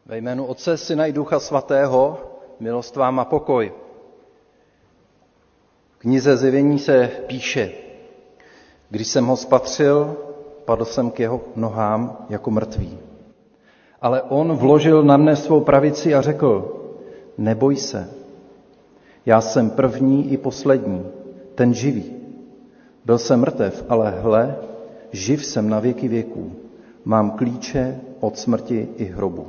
Ve jménu Otce, Syna i Ducha Svatého, milost vám a pokoj. V knize Zjevení se píše: Když jsem ho spatřil, padl jsem k jeho nohám jako mrtvý. Ale on vložil na mne svou pravici a řekl: Neboj se, já jsem první i poslední, ten živý. Byl jsem mrtev, ale hle, živ jsem na věky věků. Mám klíče od smrti i hrobu.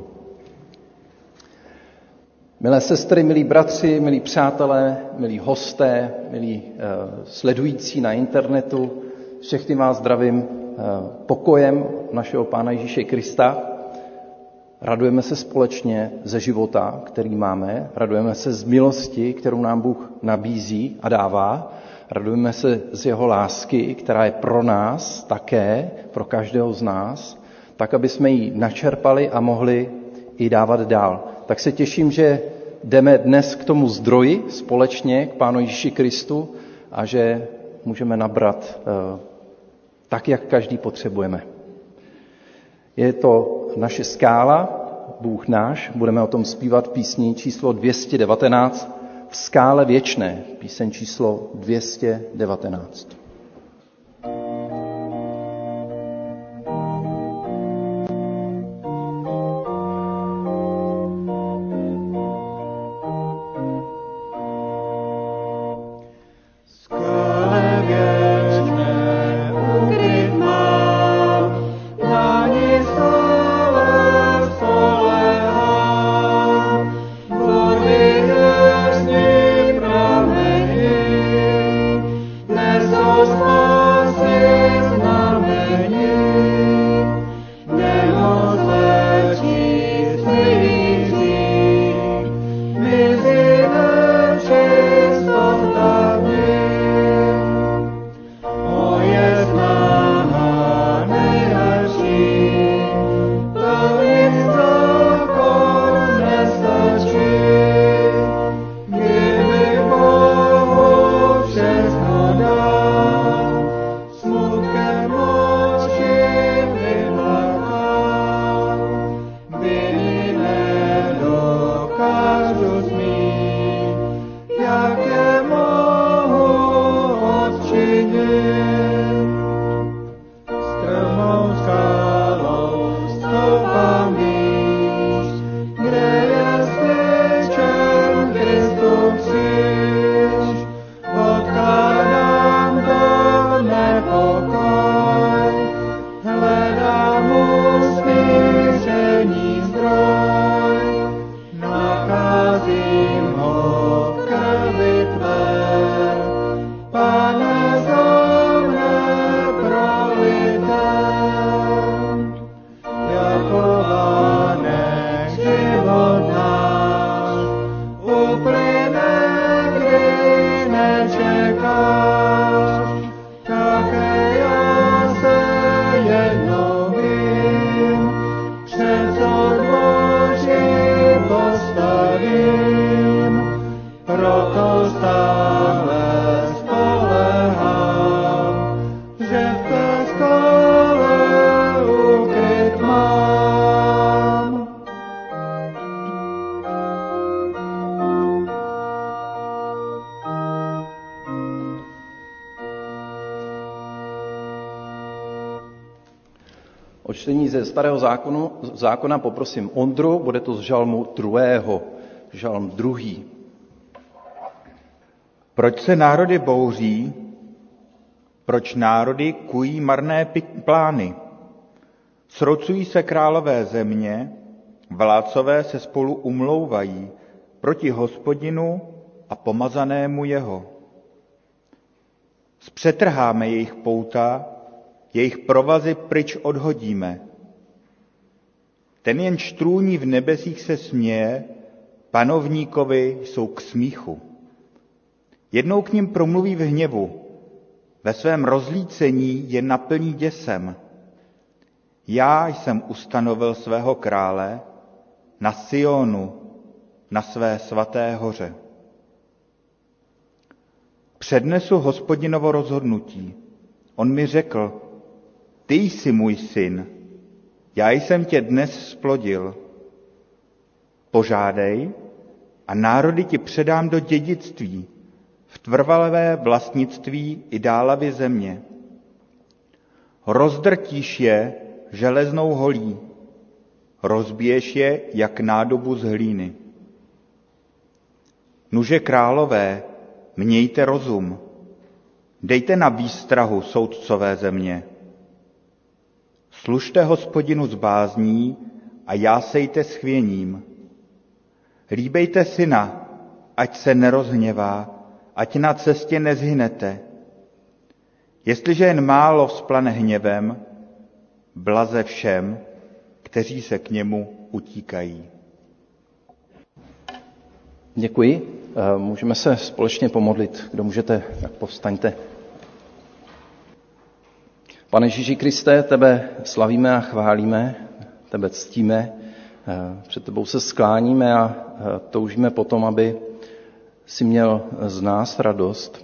Milé sestry, milí bratři, milí přátelé, milí hosté, milí sledující na internetu, všechny vás zdravím pokojem našeho Pána Ježíše Krista. Radujeme se společně ze života, který máme, radujeme se z milosti, kterou nám Bůh nabízí a dává, radujeme se z jeho lásky, která je pro nás také, pro každého z nás, tak, aby jsme ji načerpali a mohli i dávat dál. Tak se těším, že jdeme dnes k tomu zdroji společně, k Pánu Ježíši Kristu, a že můžeme nabrat tak, jak každý potřebujeme. Je to naše skála, Bůh náš, budeme o tom zpívat písni číslo 219, v skále věčné, píseň číslo 219. O čtení ze Starého zákona poprosím Ondru, bude to z žalmu 2. Žalm 2. Proč se národy bouří? Proč národy kují marné plány? Srocují se králové země, vládcové se spolu umlouvají proti Hospodinu a pomazanému jeho. Zpřetrháme jejich pouta, jejich provazy pryč odhodíme. Ten jenž trůní v nebesích se směje, panovníkovi jsou k smíchu. Jednou k nim promluví v hněvu, ve svém rozlícení je naplní děsem. Já jsem ustanovil svého krále na Sionu, na své svaté hoře. Přednesu Hospodinovo rozhodnutí. On mi řekl: Ty jsi můj syn, já jsem tě dnes zplodil. požádej a národy ti předám do dědictví, v trvalé vlastnictví i dálavy země. Rozdrtíš je železnou holí, rozbiješ je jak nádobu z hlíny. Nuže králové, mějte rozum, dejte na výstrahu soudcové země. Služte Hospodinu s bázní a jásejte s chvěním. Líbejte syna, ať se nerozhněvá, ať na cestě nezhynete. Jestliže jen málo vzplane hněvem, blaze všem, kteří se k němu utíkají. Děkuji. Můžeme se společně pomodlit. Kdo můžete, tak povstaňte. Pane Ježíši Kriste, tebe slavíme a chválíme, tebe ctíme, před tebou se skláníme a toužíme potom, aby si měl z nás radost,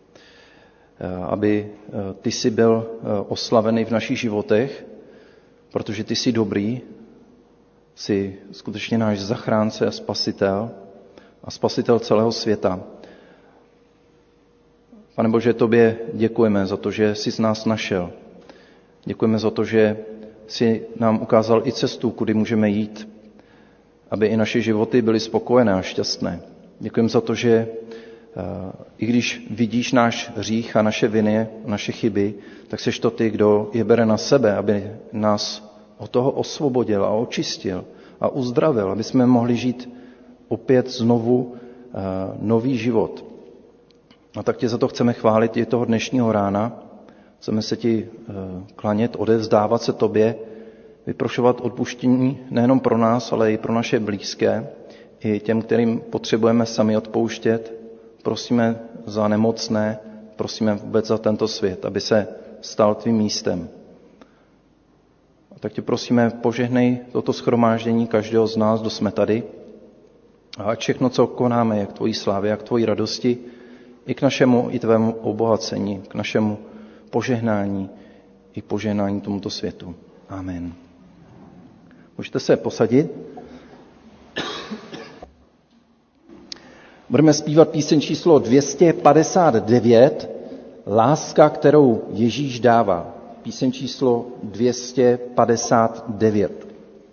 aby ty jsi byl oslavený v našich životech, protože ty jsi dobrý, jsi skutečně náš zachránce a spasitel celého světa. Pane Bože, tobě děkujeme za to, že jsi z nás našel. Děkujeme za to, že jsi nám ukázal i cestu, kudy můžeme jít, aby i naše životy byly spokojené a šťastné. Děkujeme za to, že i když vidíš náš hřích a naše viny, naše chyby, tak seš to ty, kdo je bere na sebe, aby nás od toho osvobodil a očistil a uzdravil, aby jsme mohli žít opět znovu nový život. A tak tě za to chceme chválit i toho dnešního rána. Chceme se ti klanět, odevzdávat se tobě, vyprošovat odpuštění nejenom pro nás, ale i pro naše blízké, i těm, kterým potřebujeme sami odpouštět. Prosíme za nemocné, prosíme vůbec za tento svět, aby se stal tvým místem. A tak tě prosíme, požehnej toto shromáždění každého z nás, kdo jsme tady, a ať všechno, co konáme, jak tvojí slávě, jak tvojí radosti, i k našemu, i tvému obohacení, k našemu požehnání, i požehnání tomuto světu. Amen. Můžete se posadit. Budeme zpívat píseň číslo 259, Láska, kterou Ježíš dává. Píseň číslo 259.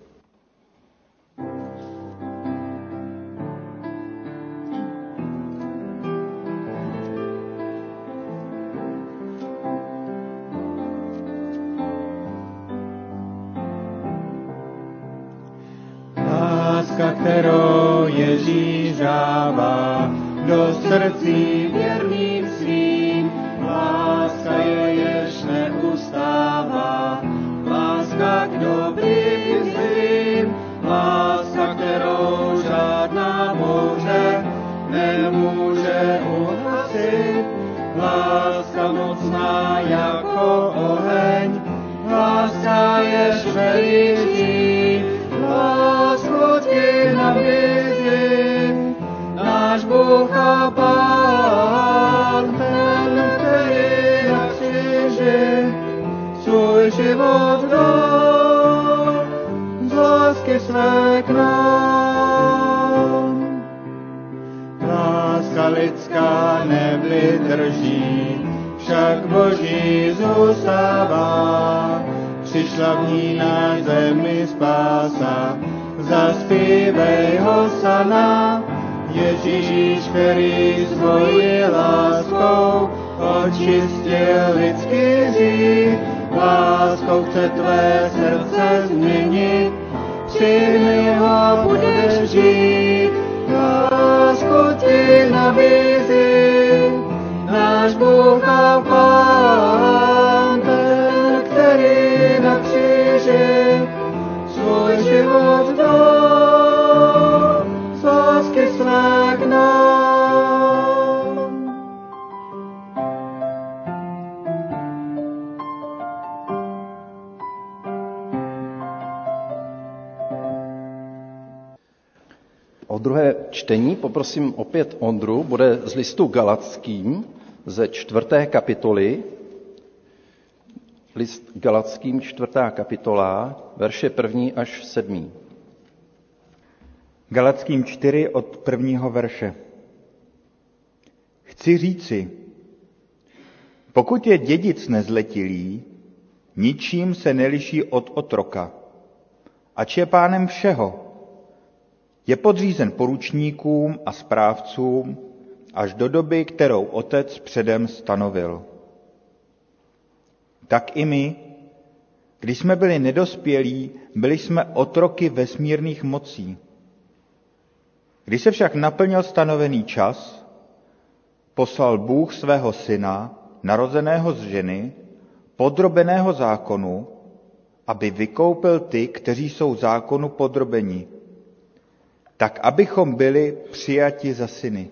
Láska, kterou Ježíš dává do srdcí věrným svým, láska je, jež neustává, láska k dobrým zlým, láska, kterou žádná bouře nemůže uhasit, láska mocná jako oheň, láska jež velící, lásku ti nabízím, náš Bůh a Pán, ten, který na kříži svůj život dal, z lásky své k nám. Láska lidská nevydrží, však Boží zůstává, přišla v ní na zemi spása, zaspívej hosana, Ježíš, který svojí láskou očistil lidský hřích, láskou chce tvé srdce změnit, přijmi ho, budeš žít, lásku ti nabízí, náš Bůh a Pán, ten, který na kříži svůj život dal, z lásky své k nám. O druhé čtení poprosím opět Ondru, bude z listu Galatským ze 4. kapitoly. List Galatským, 4. kapitola, verše 1. až 7. Galackým 4 od 1. verše. Chci říci, pokud je dědic nezletilý, ničím se neliší od otroka, ač je pánem všeho. Je podřízen poručníkům a správcům až do doby, kterou otec předem stanovil. Tak i my, když jsme byli nedospělí, byli jsme otroky vesmírných mocí. Když se však naplnil stanovený čas, poslal Bůh svého syna, narozeného z ženy, podrobeného zákonu, aby vykoupil ty, kteří jsou zákonu podrobeni, tak abychom byli přijati za syny.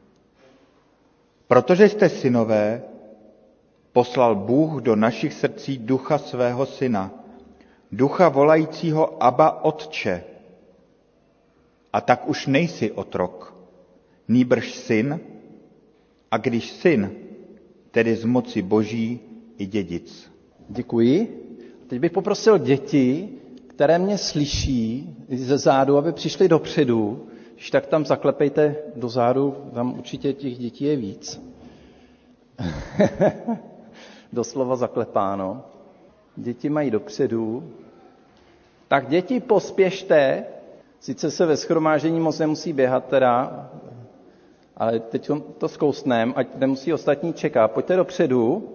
Protože jste synové, poslal Bůh do našich srdcí ducha svého syna, ducha volajícího Abba Otče. A tak už nejsi otrok, nýbrž syn, a když syn, tedy z moci Boží i dědic. Děkuji. Teď bych poprosil děti, které mě slyší ze zádu, aby přišli dopředu. Když tak tam zaklepejte do zádu, tam určitě těch dětí je víc. Doslova zaklepáno. Děti mají dopředu. Tak děti, pospěšte. Sice se ve shromáždění moc nemusí běhat teda, ale teď to zkousneme, ať nemusí ostatní čekat. Pojďte dopředu.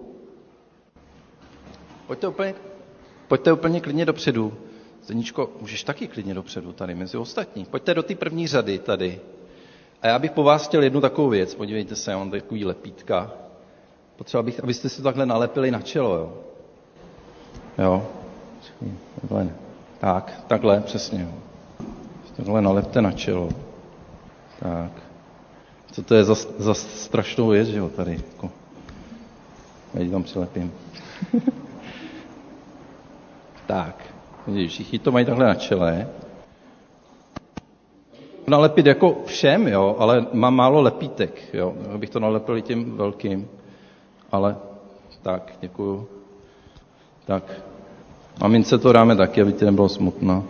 Pojďte úplně klidně dopředu. Zdeníčko, můžeš taky klidně dopředu tady mezi ostatní. Pojďte do té první řady tady. A já bych po vás chtěl jednu takovou věc. Podívejte se, já mám takový lepítka. Potřeba bych, abyste si to takhle nalepili na čelo, jo. Jo. Takhle. Tak, takhle, přesně, jo. Takhle nalepte na čelo. Tak. Co to je za strašnou věc, že jo, tady. Jako. Já ji tam přilepím. Tak. Všichni to mají takhle na čele. Nalepit jako všem, jo, ale mám málo lepítek, jo. Abych to nalepil tím velkým. Ale tak, děkuju. Tak. Mamince to dáme taky, aby ti nebylo smutno.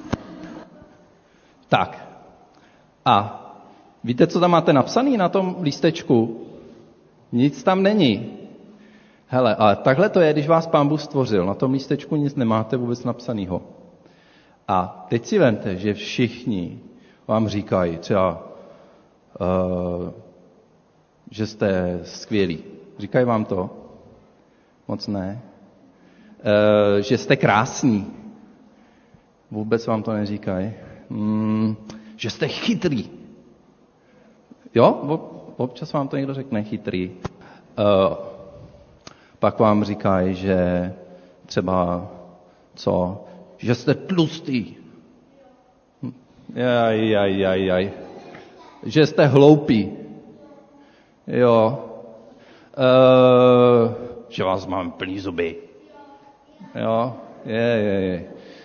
Tak. A víte, co tam máte napsaný na tom lístečku? Nic tam není. Hele, ale takhle to je, když vás Pán Bůh stvořil. Na tom lístečku nic nemáte vůbec napsanýho. A teď si vemte, že všichni vám říkají třeba, že jste skvělí. Říkají vám to? Moc ne. Že jste krásní. Vůbec vám to neříkají. Že jste chytrý. Jo? Občas vám to někdo řekne, chytrý. Pak vám říkají, že třeba co? Že jste tlustý. Jaj. Že jste hloupý. Jo. Že vás mám plný zuby. Jo. Je.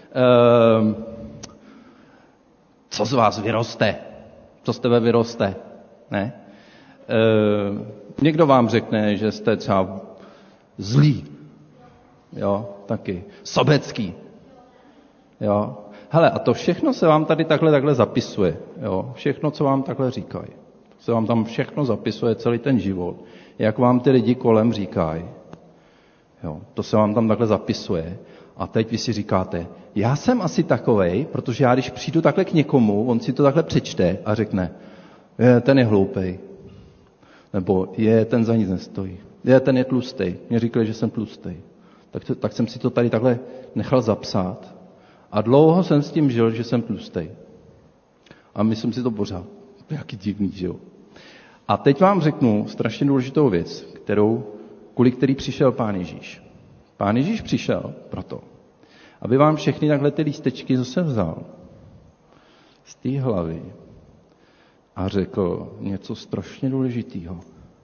Co z vás vyroste? Co z tebe vyroste? Ne? Někdo vám řekne, že jste třeba zlý. Jo, taky. Sobecký. Jo. Hele, a to všechno se vám tady takhle zapisuje. Jo. Všechno, co vám takhle říkají. Se vám tam všechno zapisuje, celý ten život. Jak vám ty lidi kolem říkají. Jo. To se vám tam takhle zapisuje. A teď vy si říkáte, já jsem asi takovej, protože já když přijdu takhle k někomu, on si to takhle přečte a řekne, ten je hloupej. Nebo ten za nic nestojí. Ten je tlustej. Mě říkali, že jsem tlustej. Tak jsem si to tady takhle nechal zapsat. A dlouho jsem s tím žil, že jsem tlustej. A myslím si to pořád. Jaký divný, že jo. A teď vám řeknu strašně důležitou věc, kvůli který přišel Pán Ježíš. Pán Ježíš přišel proto, aby vám všechny takhle ty lístečky zase vzal z té hlavy a řekl něco strašně důležitého.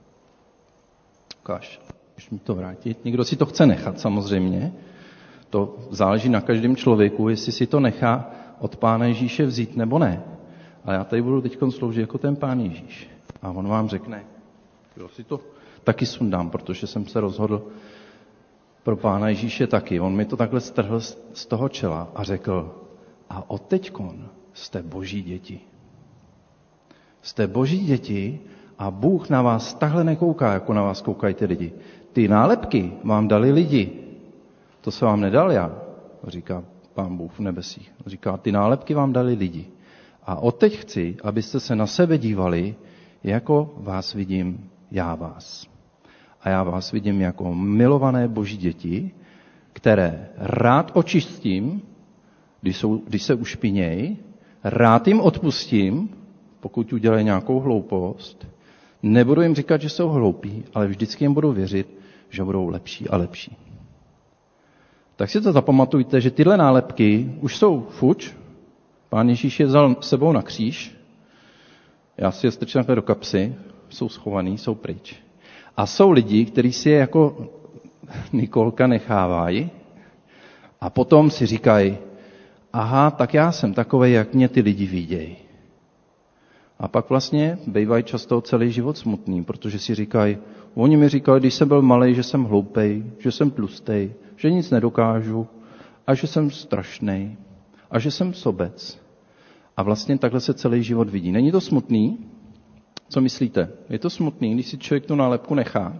Ukáž, můžeš mi to vrátit? Někdo si to chce nechat samozřejmě. To záleží na každém člověku, jestli si to nechá od Pána Ježíše vzít nebo ne. Ale já tady budu teď sloužit jako ten Pán Ježíš. A on vám řekne, jo, si to taky sundám, protože jsem se rozhodl pro Pána Ježíše taky. On mi to takhle strhl z toho čela a řekl, a od teďkon jste Boží děti. Jste Boží děti a Bůh na vás takhle nekouká, jako na vás koukají ty lidi. Ty nálepky vám dali lidi. To se vám nedal já, říká Pán Bůh v nebesích. Říká, ty nálepky vám dali lidi. A odteď chci, abyste se na sebe dívali, jako vás vidím já vás. A já vás vidím jako milované Boží děti, které rád očistím, když se ušpinějí, rád jim odpustím, pokud udělají nějakou hloupost. Nebudu jim říkat, že jsou hloupí, ale vždycky jim budu věřit, že budou lepší a lepší. Tak si to zapamatujte, že tyhle nálepky už jsou fuč. Pán Ježíš je vzal sebou na kříž. Já si je strčím do kapsy, jsou schovaný, jsou pryč. A jsou lidi, kteří si je jako Nikolka nechávají a potom si říkají, aha, tak já jsem takovej, jak mě ty lidi vidějí. A pak vlastně bývají často celý život smutný, protože si říkají, oni mi říkali, když jsem byl malej, že jsem hloupej, že jsem tlustej, že nic nedokážu a že jsem strašnej a že jsem sobec. A vlastně takhle se celý život vidí. Není to smutný? Co myslíte? Je to smutný, když si člověk tu nálepku nechá?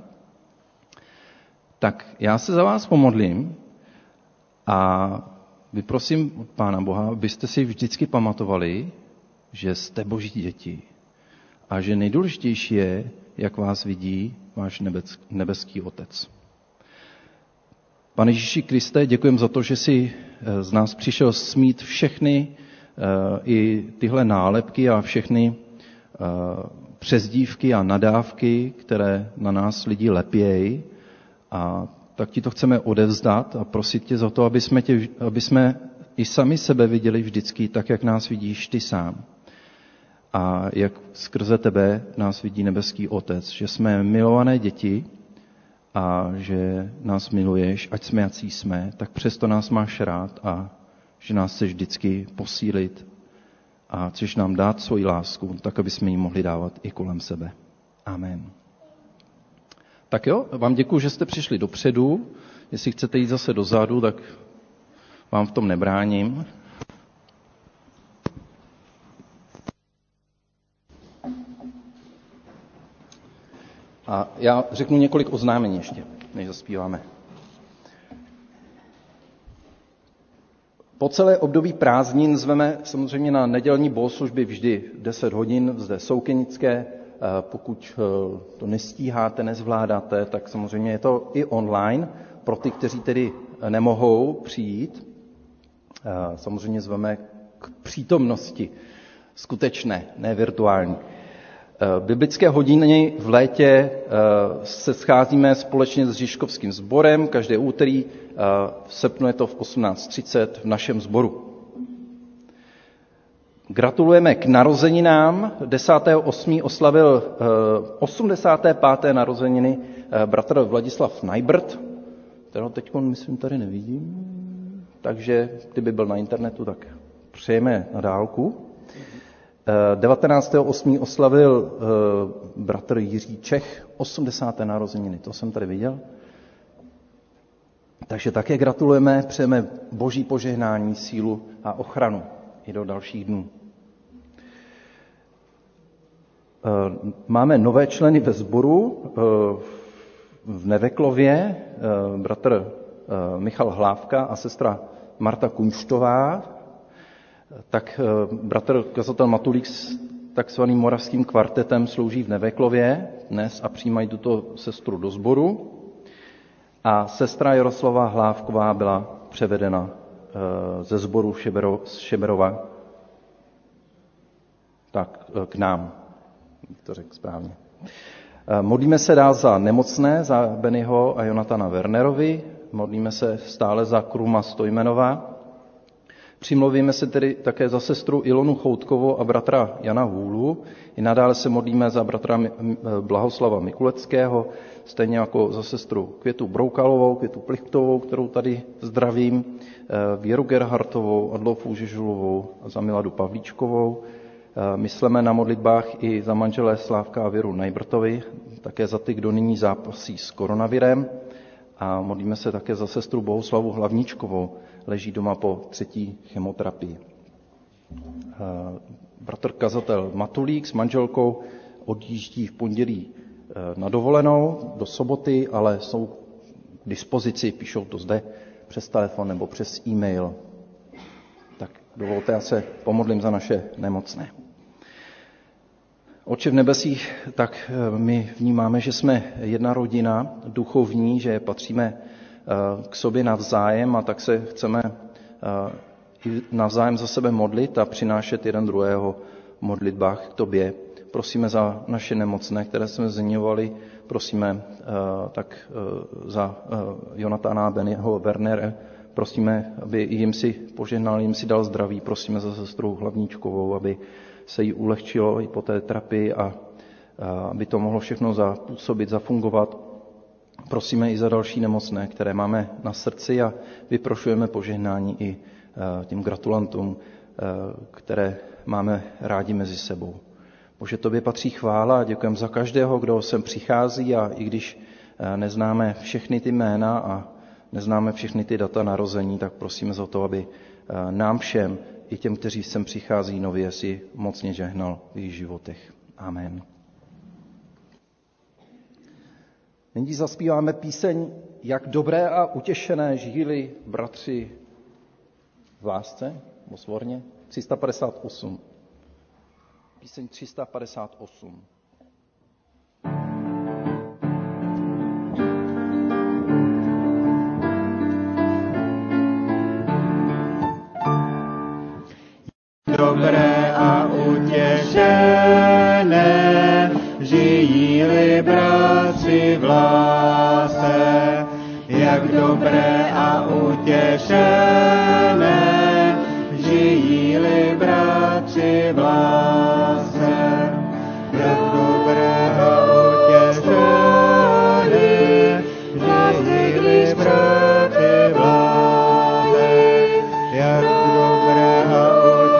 Tak já se za vás pomodlím a vyprosím od Pána Boha, abyste si vždycky pamatovali, že jste Boží děti a že nejdůležitější je, jak vás vidí váš nebeský Otec. Pane Ježíši Kriste, děkujeme za to, že jsi z nás přišel smít všechny i tyhle nálepky a všechny přezdívky a nadávky, které na nás lidi lepějí. A tak ti to chceme odevzdat a prosit tě za to, aby jsme i sami sebe viděli vždycky tak, jak nás vidíš ty sám. A jak skrze tebe nás vidí nebeský Otec, že jsme milované děti a že nás miluješ, ať jsme jací jsme, tak přesto nás máš rád a že nás chceš vždycky posílit a chceš nám dát svoji lásku, tak aby jsme ji mohli dávat i kolem sebe. Amen. Tak jo, vám děkuju, že jste přišli dopředu. Jestli chcete jít zase dozadu, tak vám v tom nebráním. A já řeknu několik oznámení ještě, než zaspíváme. Po celé období prázdnin zveme samozřejmě na nedělní bohoslužby vždy 10 hodin zde Soukenické. Pokud to nestíháte, nezvládáte, tak samozřejmě je to i online. Pro ty, kteří tedy nemohou přijít, samozřejmě zveme k přítomnosti skutečné, ne virtuální. Biblické hodiny v létě se scházíme společně s Žižkovským sborem, každé úterý, v srpnu je to v 18:30 v našem sboru. Gratulujeme k narozeninám. 10.8. oslavil 85. narozeniny bratr Vladislav Najbrt, kterého teď, myslím, tady nevidím, takže kdyby byl na internetu, tak přejeme na dálku. 19.8. oslavil bratr Jiří Čech 80. narozeniny, to jsem tady viděl. Takže také gratulujeme, přejeme boží požehnání, sílu a ochranu i do dalších dnů. Máme nové členy ve sboru v Neveklově, bratr Michal Hlávka a sestra Marta Kunštová. Tak bratr kazatel Matulík s takzvaným moravským kvartetem slouží v Neveklově dnes a přijímají tuto sestru do sboru. A sestra Jaroslava Hlávková byla převedena ze sboru z Šeberova tak k nám, to řekl správně. Modlíme se dál za nemocné, za Bennyho a Jonatana Wernerovi, modlíme se stále za Kruma Stojmenova. Přimluvíme se tedy také za sestru Ilonu Choutkovou a bratra Jana Hůlu. I nadále se modlíme za bratra Blahoslava Mikuleckého, stejně jako za sestru Květu Broukalovou, Květu Plichtovou, kterou tady zdravím, Věru Gerhartovou, Adolfu Žežulovou a za Miladu Pavlíčkovou. Myslíme na modlitbách i za manželé Slávka a Věru Najbrtovi, také za ty, kdo nyní zápasí s koronavirem. A modlíme se také za sestru Bohuslavu Hlavníčkovou, leží doma po 3. chemoterapii. bratr kazatel Matulík s manželkou odjíždí v pondělí na dovolenou do soboty, ale jsou k dispozici, píšou to zde přes telefon nebo přes e-mail. Tak dovolte, já se pomodlím za naše nemocné. Otče v nebesích, tak my vnímáme, že jsme jedna rodina duchovní, že patříme k sobě navzájem a tak se chceme i navzájem za sebe modlit a přinášet jeden druhého v modlitbách k tobě. Prosíme za naše nemocné, které jsme zmiňovali, prosíme tak za Jonatána Bennyho Wernera, prosíme, aby jim si požehnal, jim si dal zdraví, prosíme za sestru Hlavníčkovou, aby se jí ulehčilo i po té terapii a aby to mohlo všechno zapůsobit, zafungovat. Prosíme i za další nemocné, které máme na srdci a vyprošujeme požehnání i těm gratulantům, které máme rádi mezi sebou. Bože, tobě patří chvála a děkujeme za každého, kdo sem přichází a i když neznáme všechny ty jména a neznáme všechny ty data narození, tak prosíme za to, aby nám všem, i těm, kteří sem přichází nově, si mocně žehnal v jejich životech. Amen. Nyní zaspíváme píseň Jak dobré a utěšené žili bratři v lásce, o svorně, 358. Píseň 358. Dobré a utěšené žijí-li bratři v lásce, jak dobré a utěšené žijí-li bratři v lásce, jak dobré a utěšené žijí-li bratři v lásce, jak dobré a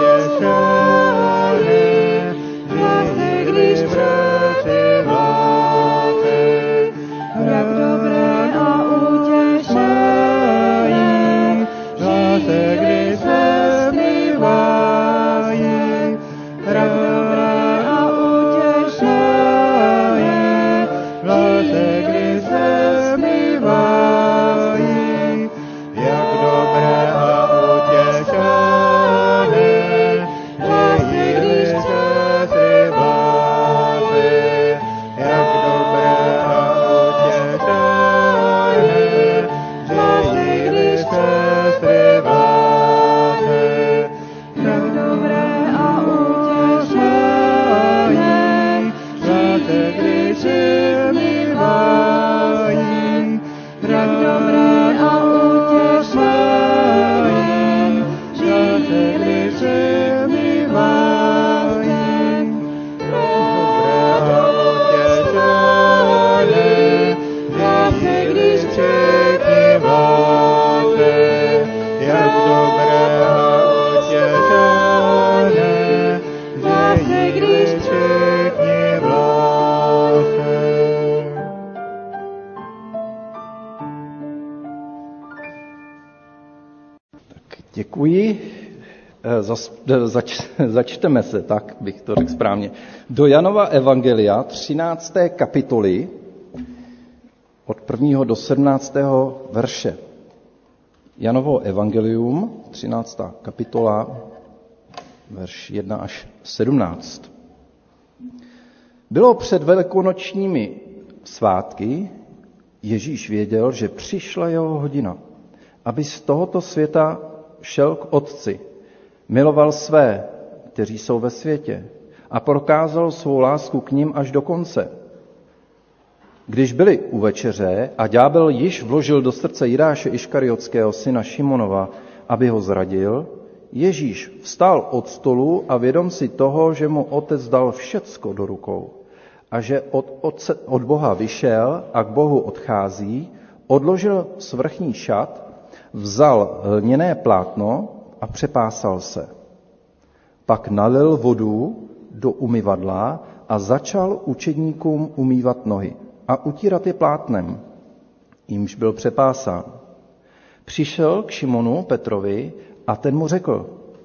Děkuji. Začteme se, tak bych to řekl správně, do Janova evangelia 13. kapitoly od 1. do 17. verše. Janovo evangelium, 13. kapitola, verš 1 až 17. Bylo před velikonočními svátky, Ježíš věděl, že přišla jeho hodina, aby z tohoto světa šel k Otci. Miloval své, kteří jsou ve světě, a prokázal svou lásku k nim až do konce. Když byli u večeře a ďábel již vložil do srdce Jidáše Iškariotského, syna Šimonova, aby ho zradil, Ježíš vstal od stolu a vědom si toho, že mu Otec dal všecko do rukou a že od Boha vyšel a k Bohu odchází, odložil svrchní šat, vzal lněné plátno a přepásal se. Pak nalil vodu do umyvadla a začal učedníkům umývat nohy a utírat je plátnem, jímž byl přepásán. Přišel k Šimonu Petrovi a ten mu řekl: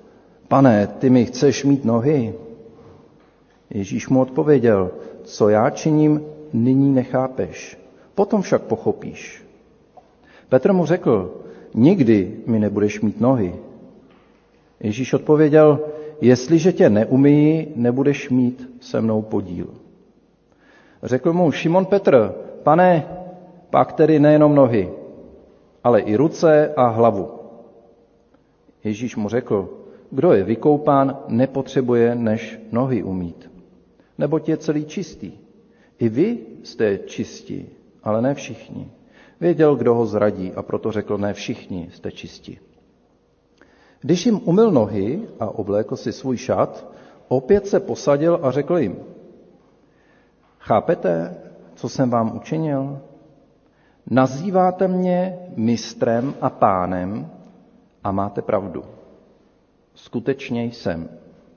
Pane, ty mi chceš mít nohy? Ježíš mu odpověděl, co já činím, nyní nechápeš, potom však pochopíš. Petr mu řekl, nikdy mi nebudeš mít nohy. Ježíš odpověděl, jestliže tě neumyji, nebudeš mít se mnou podíl. Řekl mu Šimon Petr, Pane, pak tedy nejenom nohy, ale i ruce a hlavu. Ježíš mu řekl, kdo je vykoupán, nepotřebuje než nohy umýt, neboť je celý čistý. I vy jste čistí, ale ne všichni. Věděl, kdo ho zradí, a proto řekl, ne všichni jste čistí. Když jim umyl nohy a oblékl si svůj šat, opět se posadil a řekl jim, chápete, co jsem vám učinil? Nazýváte mě mistrem a pánem a máte pravdu. Skutečně jsem.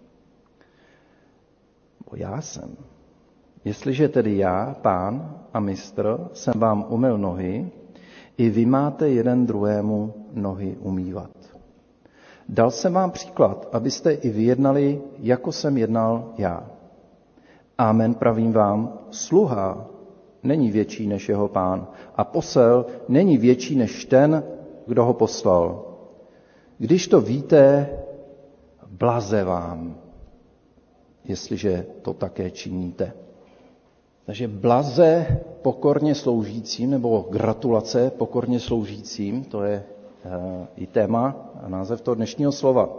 Bo já jsem. Jestliže tedy já, pán a mistr, jsem vám umyl nohy, i vy máte jeden druhému nohy umývat. Dal jsem vám příklad, abyste i vy jednali, jako jsem jednal já. Amen, pravím vám, sluha není větší než jeho pán a posel není větší než ten, kdo ho poslal. Když to víte, blaze vám, jestliže to také činíte. Takže blaze pokorně sloužícím, nebo gratulace pokorně sloužícím, to je i téma a název toho dnešního slova.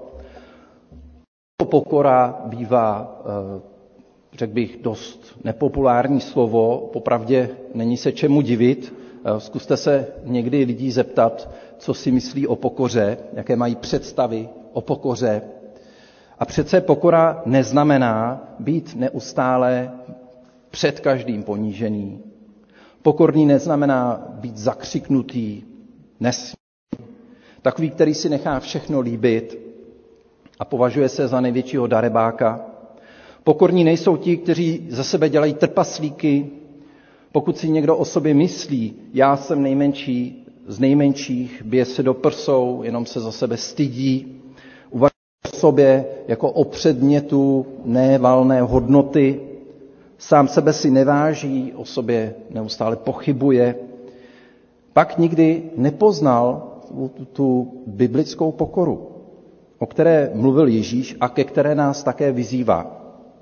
Pokora bývá, řekl bych, dost nepopulární slovo, popravdě není se čemu divit. Zkuste se někdy lidí zeptat, co si myslí o pokoře, jaké mají představy o pokoře. A přece pokora neznamená být neustále před každým ponížený. Pokorný neznamená být zakřiknutý, nesmí. Takový, který si nechá všechno líbit a považuje se za největšího darebáka. Pokorní nejsou ti, kteří ze sebe dělají trpaslíky. Pokud si někdo o sobě myslí, já jsem nejmenší z nejmenších, bije se do prsou, jenom se za sebe stydí, uvažuje o sobě jako o předmětu nevalné hodnoty, sám sebe si neváží, o sobě neustále pochybuje, pak nikdy nepoznal tu biblickou pokoru, o které mluvil Ježíš a ke které nás také vyzývá.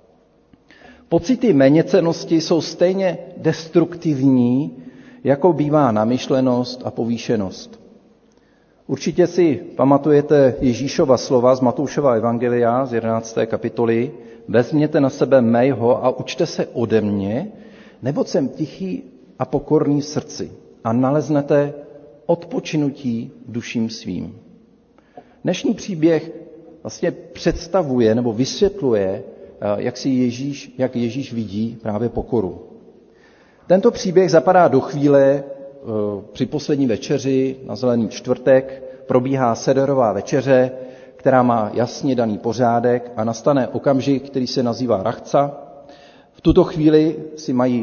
Pocity méněcennosti jsou stejně destruktivní, jako bývá namyšlenost a povýšenost. Určitě si pamatujete Ježíšova slova z Matoušova evangelia z 11. kapitoly. Vezměte na sebe mého a učte se ode mě, neboť jsem tichý a pokorný v srdci a naleznete odpočinutí duším svým. Dnešní příběh vlastně představuje nebo vysvětluje, jak Ježíš vidí právě pokoru. Tento příběh zapadá do chvíle při poslední večeři na Zelený čtvrtek, probíhá sederová večeře, která má jasně daný pořádek a nastane okamžik, který se nazývá rachca. V tuto chvíli si mají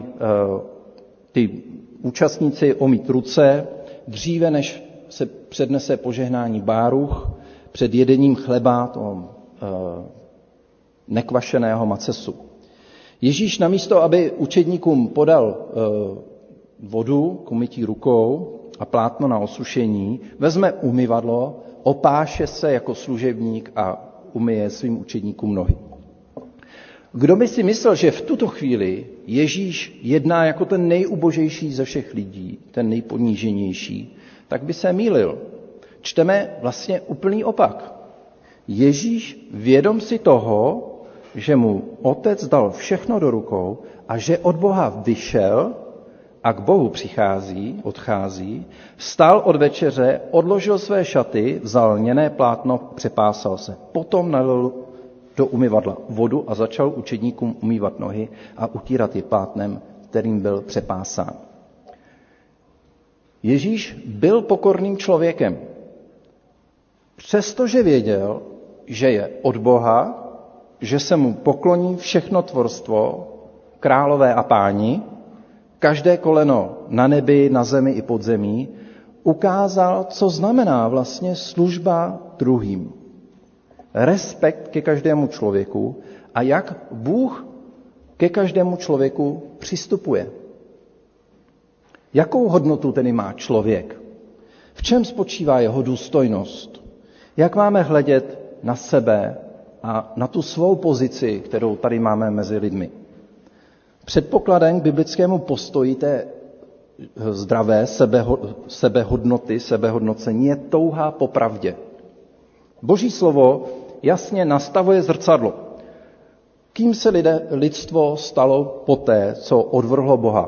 ty účastníci omýt ruce, dříve než se přednese požehnání báruch, před jedením chleba, toho nekvašeného macesu. Ježíš namísto, aby učedníkům podal vodu k umytí rukou a plátno na osušení, vezme umyvadlo, opáše se jako služebník a umyje svým učedníkům nohy. Kdo by si myslel, že v tuto chvíli Ježíš jedná jako ten nejubožejší ze všech lidí, ten nejponíženější, tak by se mýlil. Čteme vlastně úplný opak. Ježíš vědom si toho, že mu Otec dal všechno do rukou a že od Boha vyšel a k Bohu odchází, vstal od večeře, odložil své šaty, vzal lněné plátno, přepásal se. Potom nalil do umyvadla vodu a začal učedníkům umývat nohy a utírat je plátnem, kterým byl přepásán. Ježíš byl pokorným člověkem. Přestože věděl, že je od Boha, že se mu pokloní všechno tvorstvo, králové a páni, každé koleno na nebi, na zemi i pod zemí, ukázal, co znamená vlastně služba druhým. respekt ke každému člověku a jak Bůh ke každému člověku přistupuje. Jakou hodnotu tedy má člověk? V čem spočívá jeho důstojnost? Jak máme hledět na sebe a na tu svou pozici, kterou tady máme mezi lidmi? Předpokladem k biblickému postoji té zdravé sebehodnoty, sebehodnocení je touha po pravdě. Boží slovo jasně nastavuje zrcadlo. Kým se lidstvo stalo poté, co odvrhlo Boha?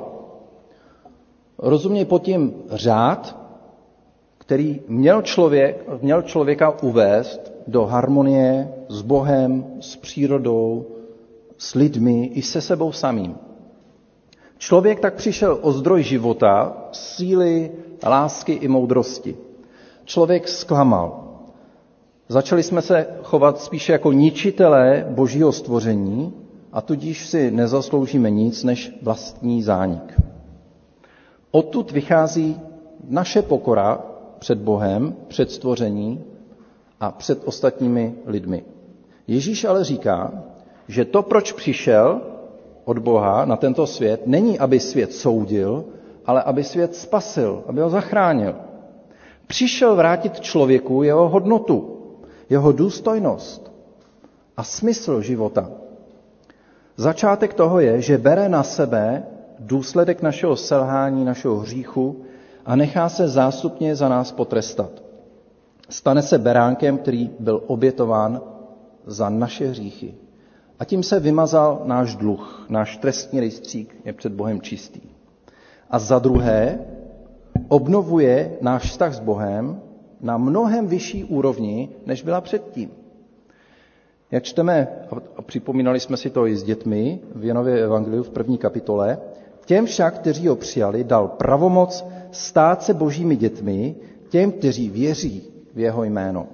Rozuměj pod tím řád, který měl člověka uvést do harmonie s Bohem, s přírodou, s lidmi i se sebou samým. Člověk tak přišel o zdroj života, síly, lásky i moudrosti. Člověk zklamal. Začali jsme se chovat spíše jako ničitelé Božího stvoření a tudíž si nezasloužíme nic než vlastní zánik. Odtud vychází naše pokora před Bohem, před stvoření a před ostatními lidmi. Ježíš ale říká, že to, proč přišel od Boha na tento svět, není, aby svět soudil, ale aby svět spasil, aby ho zachránil. Přišel vrátit člověku jeho hodnotu, jeho důstojnost a smysl života. Začátek toho je, že bere na sebe důsledek našeho selhání, našeho hříchu a nechá se zástupně za nás potrestat. Stane se beránkem, který byl obětován za naše hříchy. A tím se vymazal náš dluh, náš trestní rejstřík je před Bohem čistý. A za druhé obnovuje náš vztah s Bohem na mnohem vyšší úrovni, než byla předtím. Jak čteme, a připomínali jsme si to i s dětmi v Janově evangeliu v 1. kapitole, těm však, kteří ho přijali, dal pravomoc stát se božími dětmi, těm, kteří věří v jeho jméno.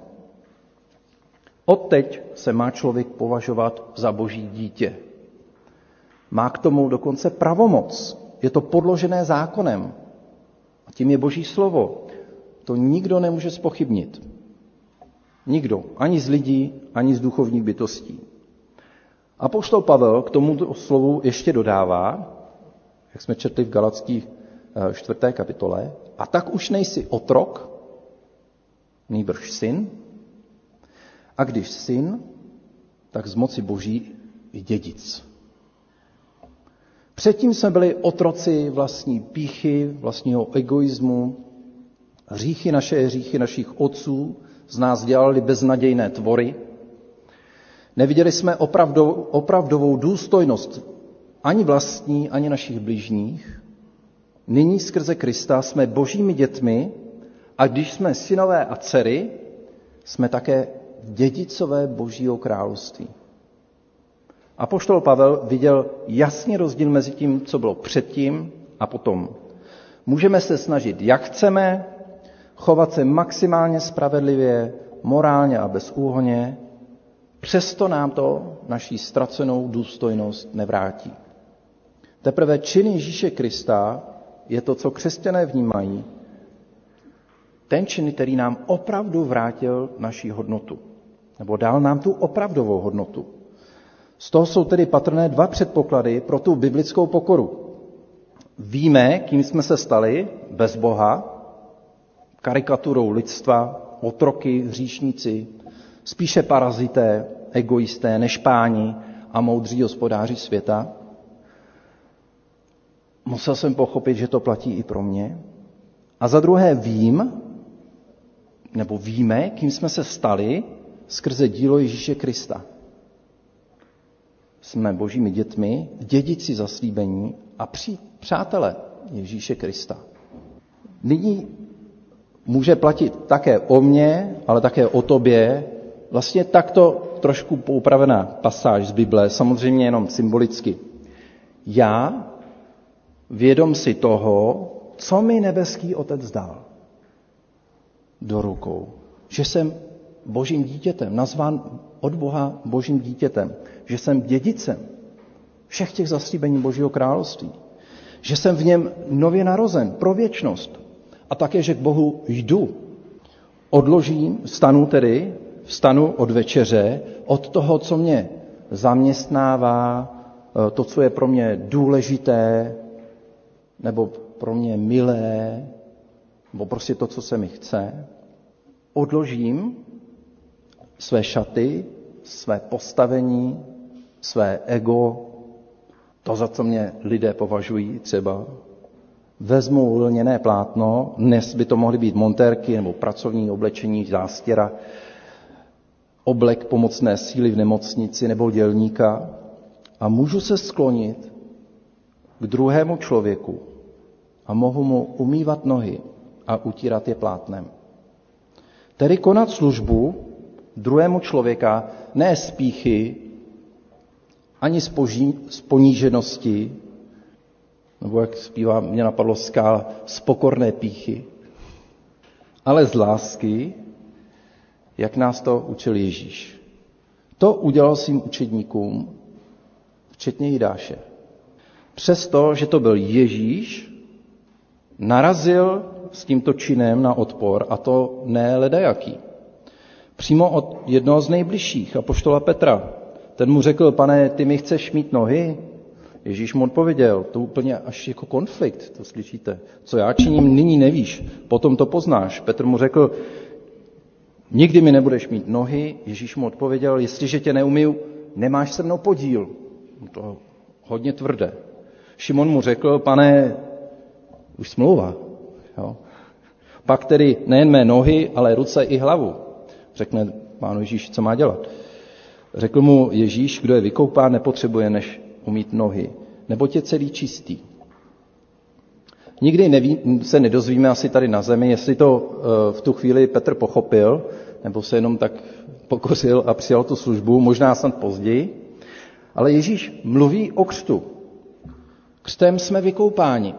Odteď se má člověk považovat za boží dítě. Má k tomu dokonce pravomoc. Je to podložené zákonem. A tím je Boží slovo. To nikdo nemůže zpochybnit. Nikdo. Ani z lidí, ani z duchovních bytostí. Apoštol Pavel k tomuto slovu ještě dodává, jak jsme četli v Galackých 4. kapitole, a tak už nejsi otrok, nýbrž syn, a když syn, tak z moci Boží i dědic. Předtím jsme byli otroci vlastní pýchy, vlastního egoismu, hříchy našich otců z nás dělali beznadějné tvory. Neviděli jsme opravdovou důstojnost ani vlastní, ani našich bližních. Nyní skrze Krista jsme božími dětmi a když jsme synové a dcery, jsme také dědicové Božího království. Apoštol Pavel viděl jasný rozdíl mezi tím, co bylo předtím a potom. Můžeme se snažit, jak chceme, chovat se maximálně spravedlivě, morálně a bezúhonně, přesto nám to naší ztracenou důstojnost nevrátí. Teprve čin Ježíše Krista je to, co křesťané vnímají, ten čin, který nám opravdu vrátil naši hodnotu, nebo dal nám tu opravdovou hodnotu. Z toho jsou tedy patrné dva předpoklady pro tu biblickou pokoru. Víme, kým jsme se stali bez Boha, karikaturou lidstva, otroky, hříšníci, spíše parazité, egoisté, nešpáni a moudří hospodáři světa. Musel jsem pochopit, že to platí i pro mě. A za druhé víme, kým jsme se stali skrze dílo Ježíše Krista. Jsme božími dětmi, dědici zaslíbení a přátelé Ježíše Krista. Nyní může platit také o mně, ale také o tobě. Vlastně takto trošku poupravená pasáž z Bible, samozřejmě jenom symbolicky. Já, vědom si toho, co mi nebeský Otec dal do rukou. Že jsem božím dítětem, nazván od Boha božím dítětem. Že jsem dědicem všech těch zaslíbení Božího království. Že jsem v něm nově narozen pro věčnost. A také, že k Bohu jdu. Stanu tedy vstanu od večeře, od toho, co mě zaměstnává, to, co je pro mě důležité, nebo pro mě milé, nebo prostě to, co se mi chce, odložím své šaty, své postavení, své ego, to, za co mě lidé považují třeba, vezmu lněné plátno, dnes by to mohly být montérky nebo pracovní oblečení, zástěra, oblek pomocné síly v nemocnici nebo dělníka a můžu se sklonit k druhému člověku a mohu mu umývat nohy a utírat je plátnem. Tedy konat službu druhému člověka ne z pýchy, ani z poníženosti, nebo jak zpívá, mě napadlo Skála, z pokorné pýchy, ale z lásky, jak nás to učil Ježíš. To udělal svým učedníkům, včetně Jidáše. Přesto, že to byl Ježíš, narazil s tímto činem na odpor, a to ne ledajaký. Přímo od jednoho z nejbližších, apoštola Petra. Ten mu řekl: Pane, ty mi chceš mít nohy? Ježíš mu odpověděl, to úplně až jako konflikt, to slyšíte. Co já činím, nyní nevíš, potom to poznáš. Petr mu řekl: nikdy mi nebudeš mít nohy. Ježíš mu odpověděl: jestliže tě neumiju, nemáš se mnou podíl. To hodně tvrdé. Šimon mu řekl: Pane, už smlouva. Jo? Pak tedy nejen mé nohy, ale ruce i hlavu. Řekne Pánu Ježíš, co má dělat. Řekl mu Ježíš: kdo je vykoupán, nepotřebuje než umýt nohy, neboť je celý čistý. Nikdy se nedozvíme asi tady na zemi, jestli to v tu chvíli Petr pochopil, nebo se jenom tak pokořil a přijal tu službu, možná snad později. Ale Ježíš mluví o křtu. Křtem jsme vykoupáni.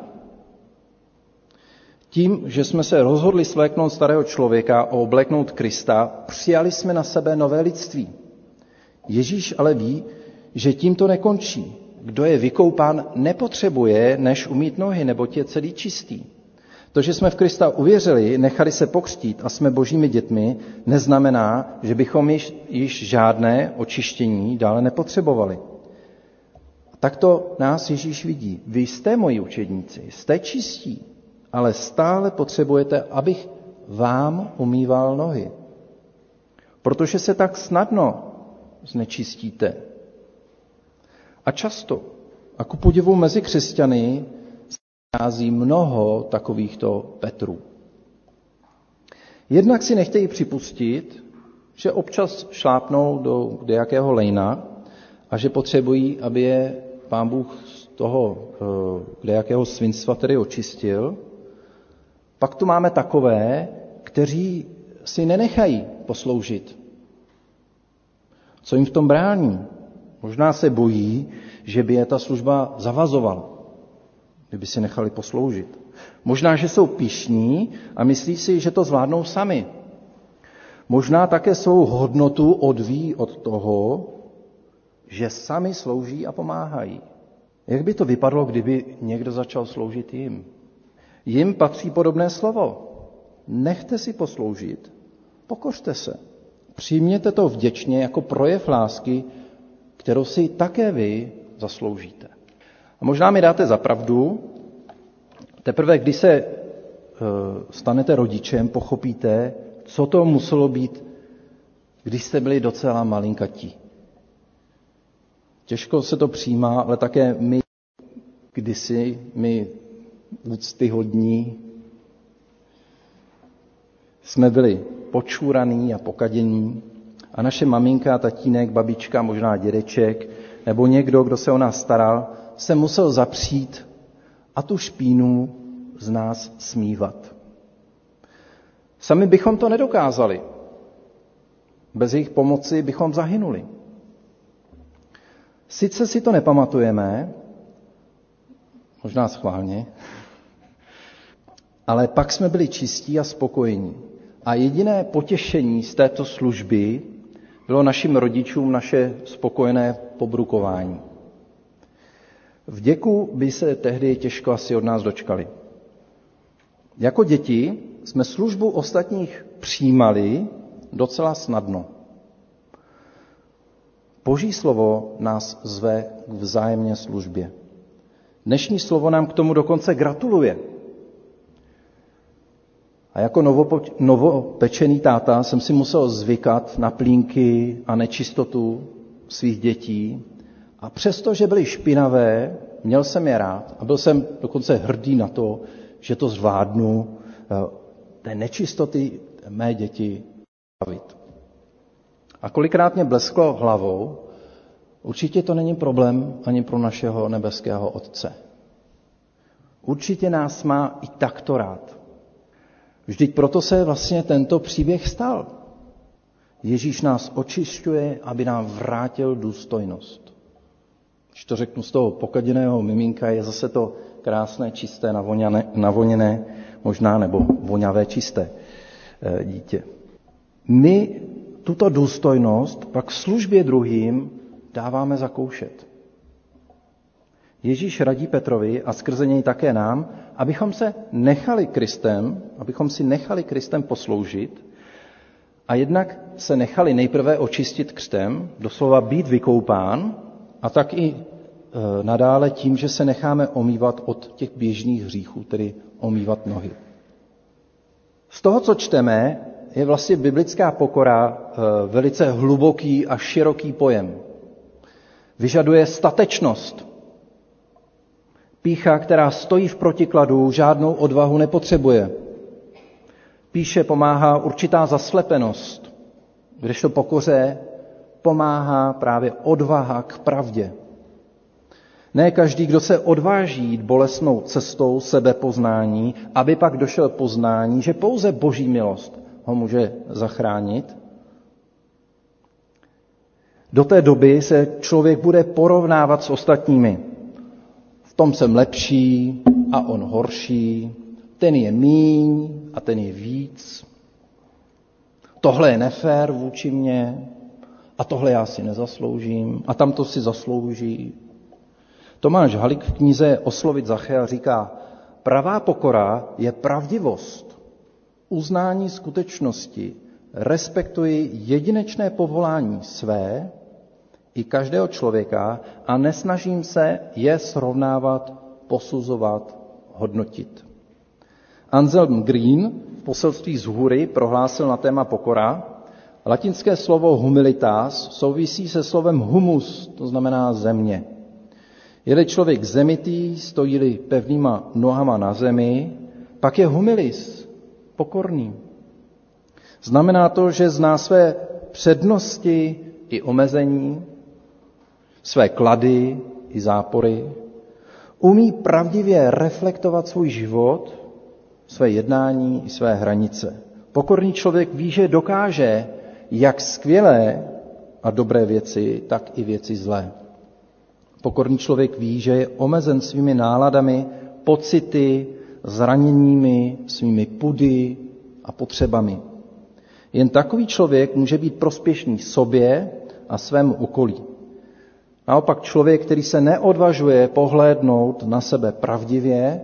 Tím, že jsme se rozhodli svléknout starého člověka a obléknout Krista, přijali jsme na sebe nové lidství. Ježíš ale ví, že tím to nekončí. Kdo je vykoupán, nepotřebuje než umýt nohy, neboť je celý čistý. To, že jsme v Krista uvěřili, nechali se pokřtít a jsme božími dětmi, neznamená, že bychom již žádné očištění dále nepotřebovali. Takto nás Ježíš vidí. Vy jste moji učedníci, jste čistí, ale stále potřebujete, abych vám umýval nohy. Protože se tak snadno znečistíte. A často, a ku podivu mezi křesťany, se nachází mnoho takovýchto Petrů. Jednak si nechtějí připustit, že občas šlápnou do kdejakého lejna a že potřebují, aby je Pán Bůh z toho kdejakého svinstva tedy očistil. Pak tu máme takové, kteří si nenechají posloužit. Co jim v tom brání? Možná se bojí, že by je ta služba zavazovala, kdyby si nechali posloužit. Možná, že jsou pyšní a myslí si, že to zvládnou sami. Možná také svou hodnotu odvíjí od toho, že sami slouží a pomáhají. Jak by to vypadlo, kdyby někdo začal sloužit jim? Jim patří podobné slovo. Nechte si posloužit, pokořte se. Přijměte to vděčně jako projev lásky, kterou si také vy zasloužíte. A možná mi dáte za pravdu, teprve když se stanete rodičem, pochopíte, co to muselo být, když jste byli docela malinkatí. Těžko se to přijímá, ale také my kdysi, my úctyhodní, jsme byli počúraný a pokadění a naše maminka, tatínek, babička, možná dědeček nebo někdo, kdo se o nás staral, se musel zapřít a tu špínu z nás smívat. Sami bychom to nedokázali. Bez jejich pomoci bychom zahynuli. Sice si to nepamatujeme, možná schválně, ale pak jsme byli čistí a spokojení. A jediné potěšení z této služby bylo našim rodičům naše spokojené pobrukování. Vděku by se tehdy těžko asi od nás dočkali. Jako děti jsme službu ostatních přijímali docela snadno. Boží slovo nás zve k vzájemné službě. Dnešní slovo nám k tomu dokonce gratuluje. A jako novopečený táta jsem si musel zvykat na plínky a nečistotu svých dětí. A přesto, že byly špinavé, měl jsem je rád a byl jsem dokonce hrdý na to, že to zvládnu té nečistoty mé děti bavit. A kolikrát mě blesklo hlavou, určitě to není problém ani pro našeho nebeského Otce. Určitě nás má i takto rád. Vždyť proto se vlastně tento příběh stal. Ježíš nás očišťuje, aby nám vrátil důstojnost. Když to řeknu z toho pokaděného miminka, je zase to krásné, čisté, navoněné, možná nebo voňavé, čisté dítě. My tuto důstojnost pak v službě druhým dáváme zakoušet. Ježíš radí Petrovi a skrze něj také nám, abychom si nechali Kristem posloužit a jednak se nechali nejprve očistit křtem, doslova být vykoupán, a tak i nadále tím, že se necháme omývat od těch běžných hříchů, tedy omývat nohy. Z toho, co čteme, je vlastně biblická pokora velice hluboký a široký pojem. Vyžaduje statečnost. Pýcha, která stojí v protikladu, žádnou odvahu nepotřebuje. Píše pomáhá určitá zaslepenost, kdežto pokoře pomáhá právě odvaha k pravdě. Ne každý, kdo se odváží jít bolestnou cestou sebepoznání, aby pak došel poznání, že pouze Boží milost ho může zachránit. Do té doby se člověk bude porovnávat s ostatními. V tom jsem lepší a on horší, ten je míň a ten je víc. Tohle je nefér vůči mně a tohle já si nezasloužím a tamto si zaslouží. Tomáš Halík v knize Oslovit Zachea říká, pravá pokora je pravdivost, uznání skutečnosti, respektuji jedinečné povolání své i každého člověka a nesnažím se je srovnávat, posuzovat, hodnotit. Anselm Green v poselství z hůry prohlásil na téma pokora, latinské slovo humilitas souvisí se slovem humus, to znamená země. Je-li člověk zemitý, stojí-li pevnýma nohama na zemi, pak je humilis, pokorný. Znamená to, že zná své přednosti i omezení, své klady i zápory, umí pravdivě reflektovat svůj život, své jednání i své hranice. Pokorný člověk ví, že dokáže jak skvělé a dobré věci, tak i věci zlé. Pokorný člověk ví, že je omezen svými náladami, pocity, zraněními, svými pudy a potřebami. Jen takový člověk může být prospěšný sobě a svému okolí. Naopak člověk, který se neodvažuje pohlédnout na sebe pravdivě,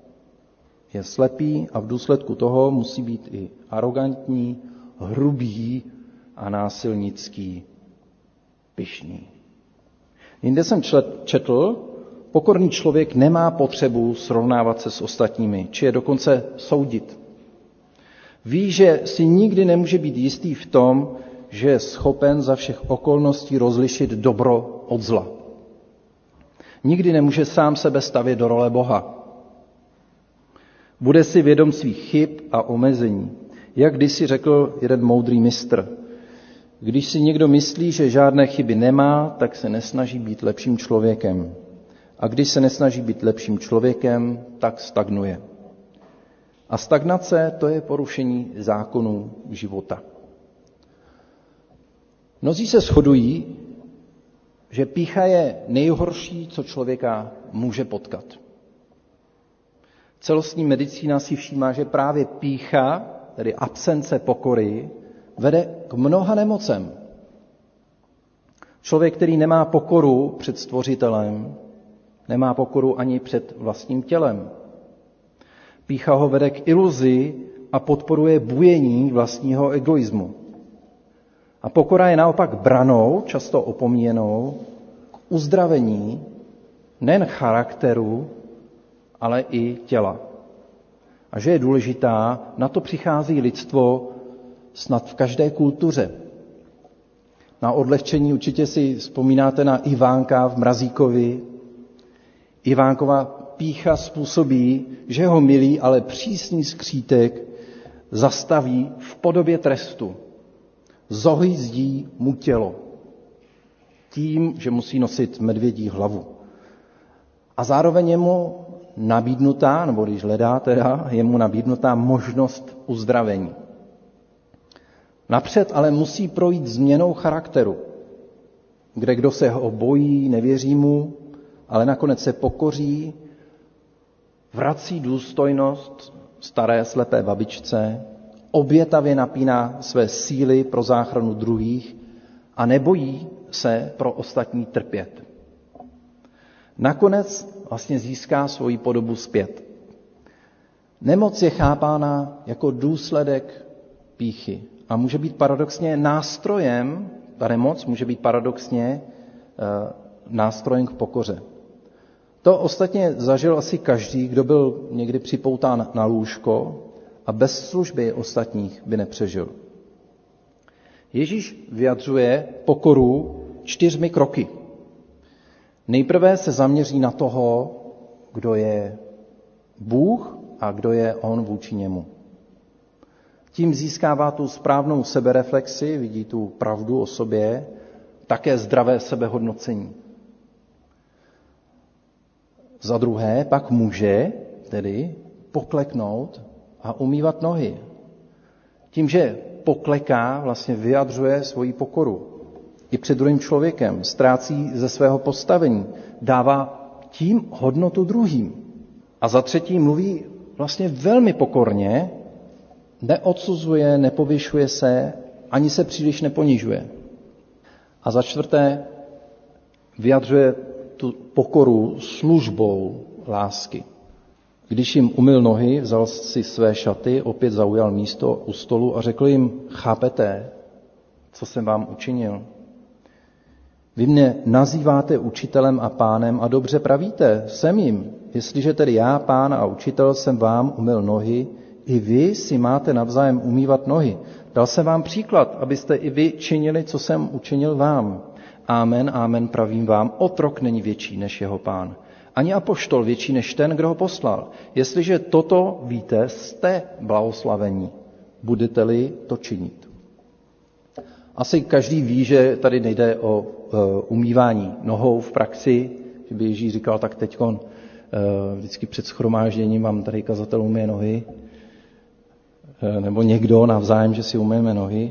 je slepý a v důsledku toho musí být i arrogantní, hrubý a násilnický, pyšný. Jinde jsem četl, pokorný člověk nemá potřebu srovnávat se s ostatními, či je dokonce soudit. Ví, že si nikdy nemůže být jistý v tom, že je schopen za všech okolností rozlišit dobro od zla. Nikdy nemůže sám sebe stavět do role Boha. Bude si vědom svých chyb a omezení. Jak kdysi řekl jeden moudrý mistr, když si někdo myslí, že žádné chyby nemá, tak se nesnaží být lepším člověkem. A když se nesnaží být lepším člověkem, tak stagnuje. A stagnace, to je porušení zákonů života. Mnozí se shodují, že pýcha je nejhorší, co člověka může potkat. Celostní medicína si všímá, že právě pýcha, tedy absence pokory, vede k mnoha nemocem. Člověk, který nemá pokoru před Stvořitelem, nemá pokoru ani před vlastním tělem. Pýcha ho vede k iluzi a podporuje bujení vlastního egoismu. A pokora je naopak branou, často opomíjenou, k uzdravení nejen charakteru, ale i těla. A že je důležitá, na to přichází lidstvo snad v každé kultuře. Na odlehčení určitě si vzpomínáte na Ivánka v Mrazíkovi. Ivánkova pýcha způsobí, že ho milý, ale přísný skřítek zastaví v podobě trestu. Zohyzdí mu tělo tím, že musí nosit medvědí hlavu. A zároveň je mu nabídnutá, nebo když hledá je mu nabídnutá možnost uzdravení. Napřed ale musí projít změnou charakteru, kde kdo se ho bojí, nevěří mu, ale nakonec se pokoří, vrací důstojnost staré slepé babičce, obětavě napíná své síly pro záchranu druhých a nebojí se pro ostatní trpět. Nakonec vlastně získá svoji podobu zpět. Nemoc je chápána jako důsledek pýchy a může být paradoxně nástrojem, ta nemoc může být paradoxně nástrojem k pokoře. To ostatně zažil asi každý, kdo byl někdy připoután na lůžko a bez služby ostatních by nepřežil. Ježíš vyjadřuje pokoru 4 kroky. Nejprve se zaměří na toho, kdo je Bůh a kdo je on vůči němu. Tím získává tu správnou sebereflexi, vidí tu pravdu o sobě, také zdravé sebehodnocení. Za druhé pak může tedy pokleknout a umývat nohy. Tím, že pokleká, vlastně vyjadřuje svoji pokoru. I před druhým člověkem ztrácí ze svého postavení, dává tím hodnotu druhým. A za třetí mluví vlastně velmi pokorně, neodsuzuje, nepovyšuje se, ani se příliš neponižuje. A za čtvrté vyjadřuje tu pokoru službou lásky. Když jim umyl nohy, vzal si své šaty, opět zaujal místo u stolu a řekl jim, chápete, co jsem vám učinil? Vy mě nazýváte učitelem a pánem a dobře pravíte, jsem jim. Jestliže tedy já, pán a učitel, jsem vám umyl nohy, i vy si máte navzájem umývat nohy. Dal jsem vám příklad, abyste i vy činili, co jsem učinil vám. Amen, amen, pravím vám, otrok není větší než jeho pán. Ani apoštol větší než ten, kdo ho poslal. Jestliže toto víte, jste blahoslavení, budete-li to činit. Asi každý ví, že tady nejde o umývání nohou v praxi, že by Ježíš říkal, tak teďkon vždycky před shromážděním vám tady kazatel umyje nohy, nebo někdo navzájem, že si umyjeme nohy.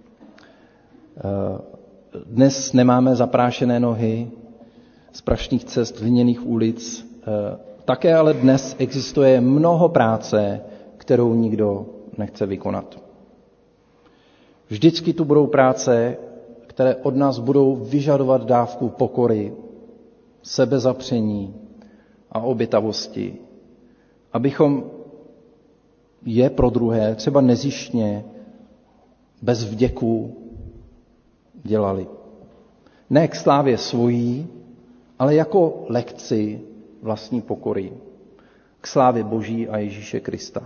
Dnes nemáme zaprášené nohy z prašných cest, hliněných ulic. Také ale dnes existuje mnoho práce, kterou nikdo nechce vykonat. Vždycky tu budou práce, které od nás budou vyžadovat dávku pokory, sebezapření a obětavosti, abychom je pro druhé třeba nezištně, bez vděku dělali. Ne k slávě svojí, ale jako lekci vlastní pokory. K slávě Boží a Ježíše Krista.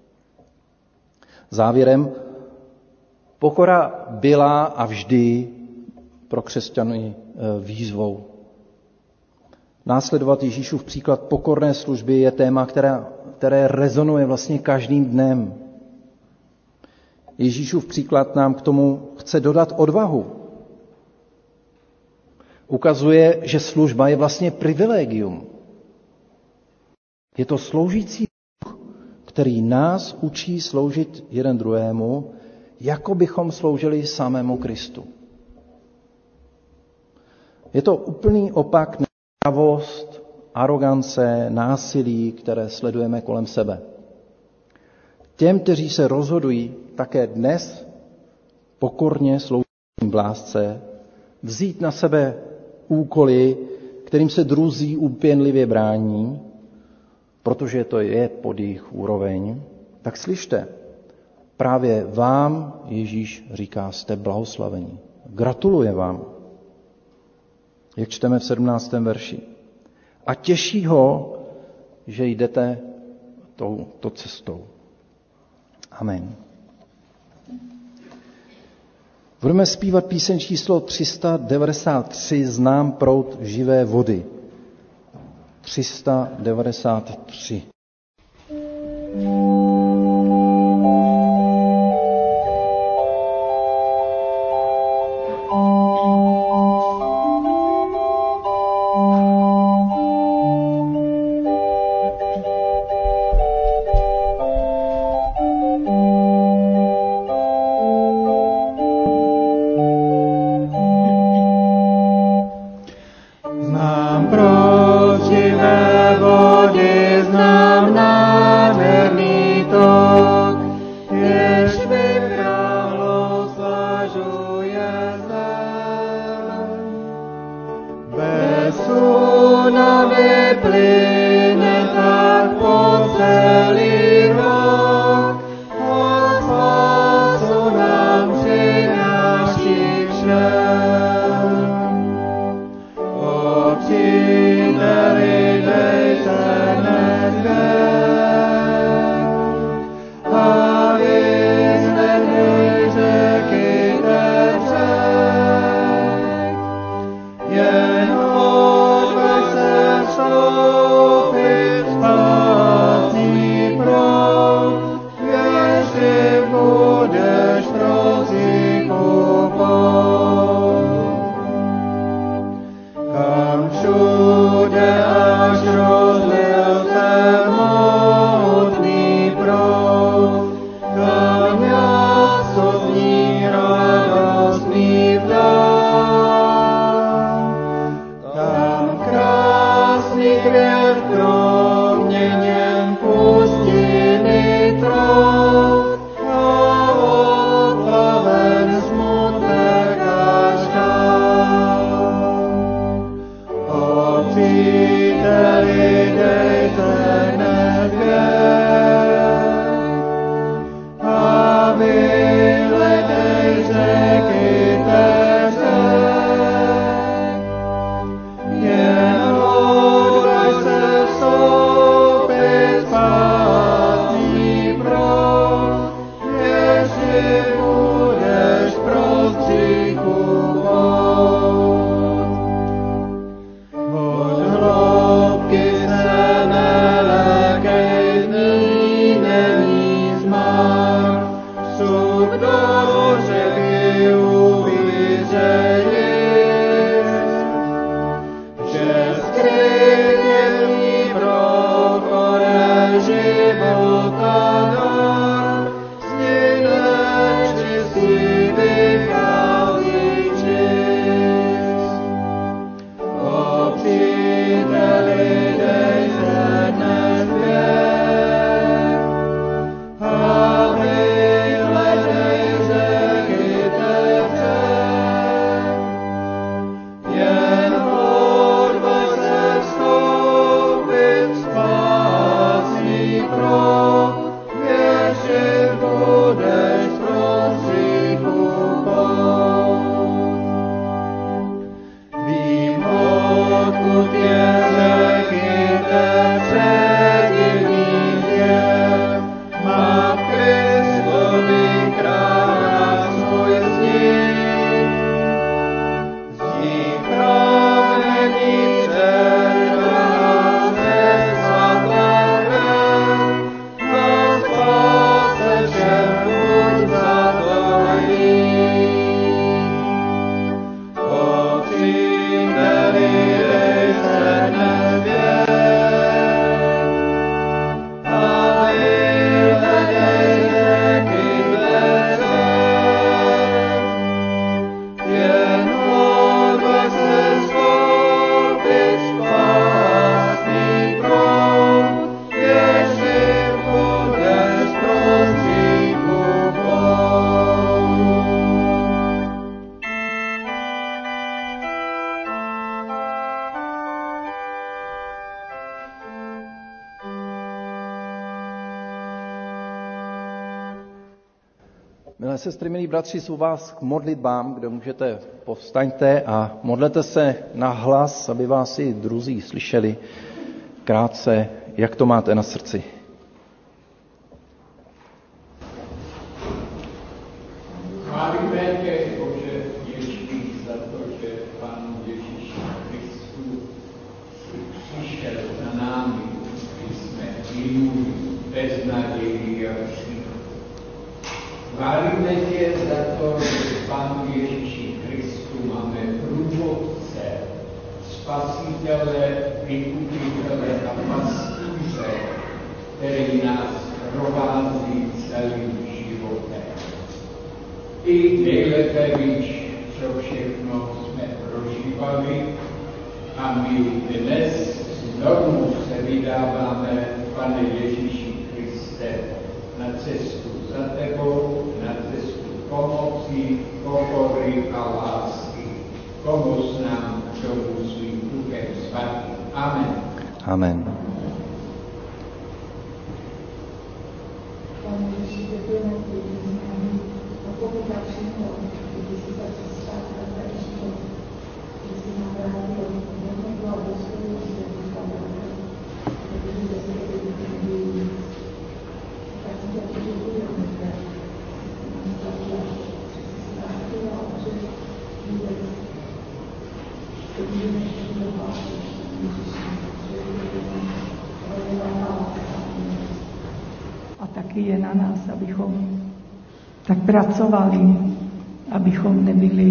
Závěrem, pokora byla a vždy pro křesťany výzvou. Následovat Ježíšův příklad pokorné služby je téma, které rezonuje vlastně každým dnem. Ježíšův příklad nám k tomu chce dodat odvahu. Ukazuje, že služba je vlastně privilegium. Je to sloužící Bůh, který nás učí sloužit jeden druhému, jako bychom sloužili samému Kristu. Je to úplný opak nepravost, arogance, násilí, které sledujeme kolem sebe. Těm, kteří se rozhodují také dnes pokorně sloužit v lásce, vzít na sebe úkoly, kterým se druzí úpěnlivě brání, protože to je pod jejich úroveň, tak slyšte, právě vám Ježíš říká, jste blahoslavení. Gratuluje vám, jak čteme v 17. verši. A těší ho, že jdete touto cestou. Amen. Budeme zpívat píseň číslo 393, Znám proud živé vody. 393. Milé sestry, milí bratři, jsou vás k modlitbám, kde můžete povstaňte a modlete se na hlas, aby vás i druzí slyšeli krátce, jak to máte na srdci. Chválíme tě, Bože, Ježíš, za to, že Pán Ježíš Kristus přišel za námi, když jsme jinými bez naději a všichni. Chválíme tě za to, že Pánu Ježíši Kristu máme průvodce, spasitele, vykupitele a pastýře, který nás provází celým životem. Ty nejlépe víš, co všechno jsme prožívali a my dnes znovu se vydáváme, Pane Ježíši Kriste, na cestu za tebou, na cestu pomoci, pokory a lásky. Pomoz nám k tomu svým Duchem Svatým. Amen. Amen. A taky je na nás, abychom tak pracovali, abychom nebyli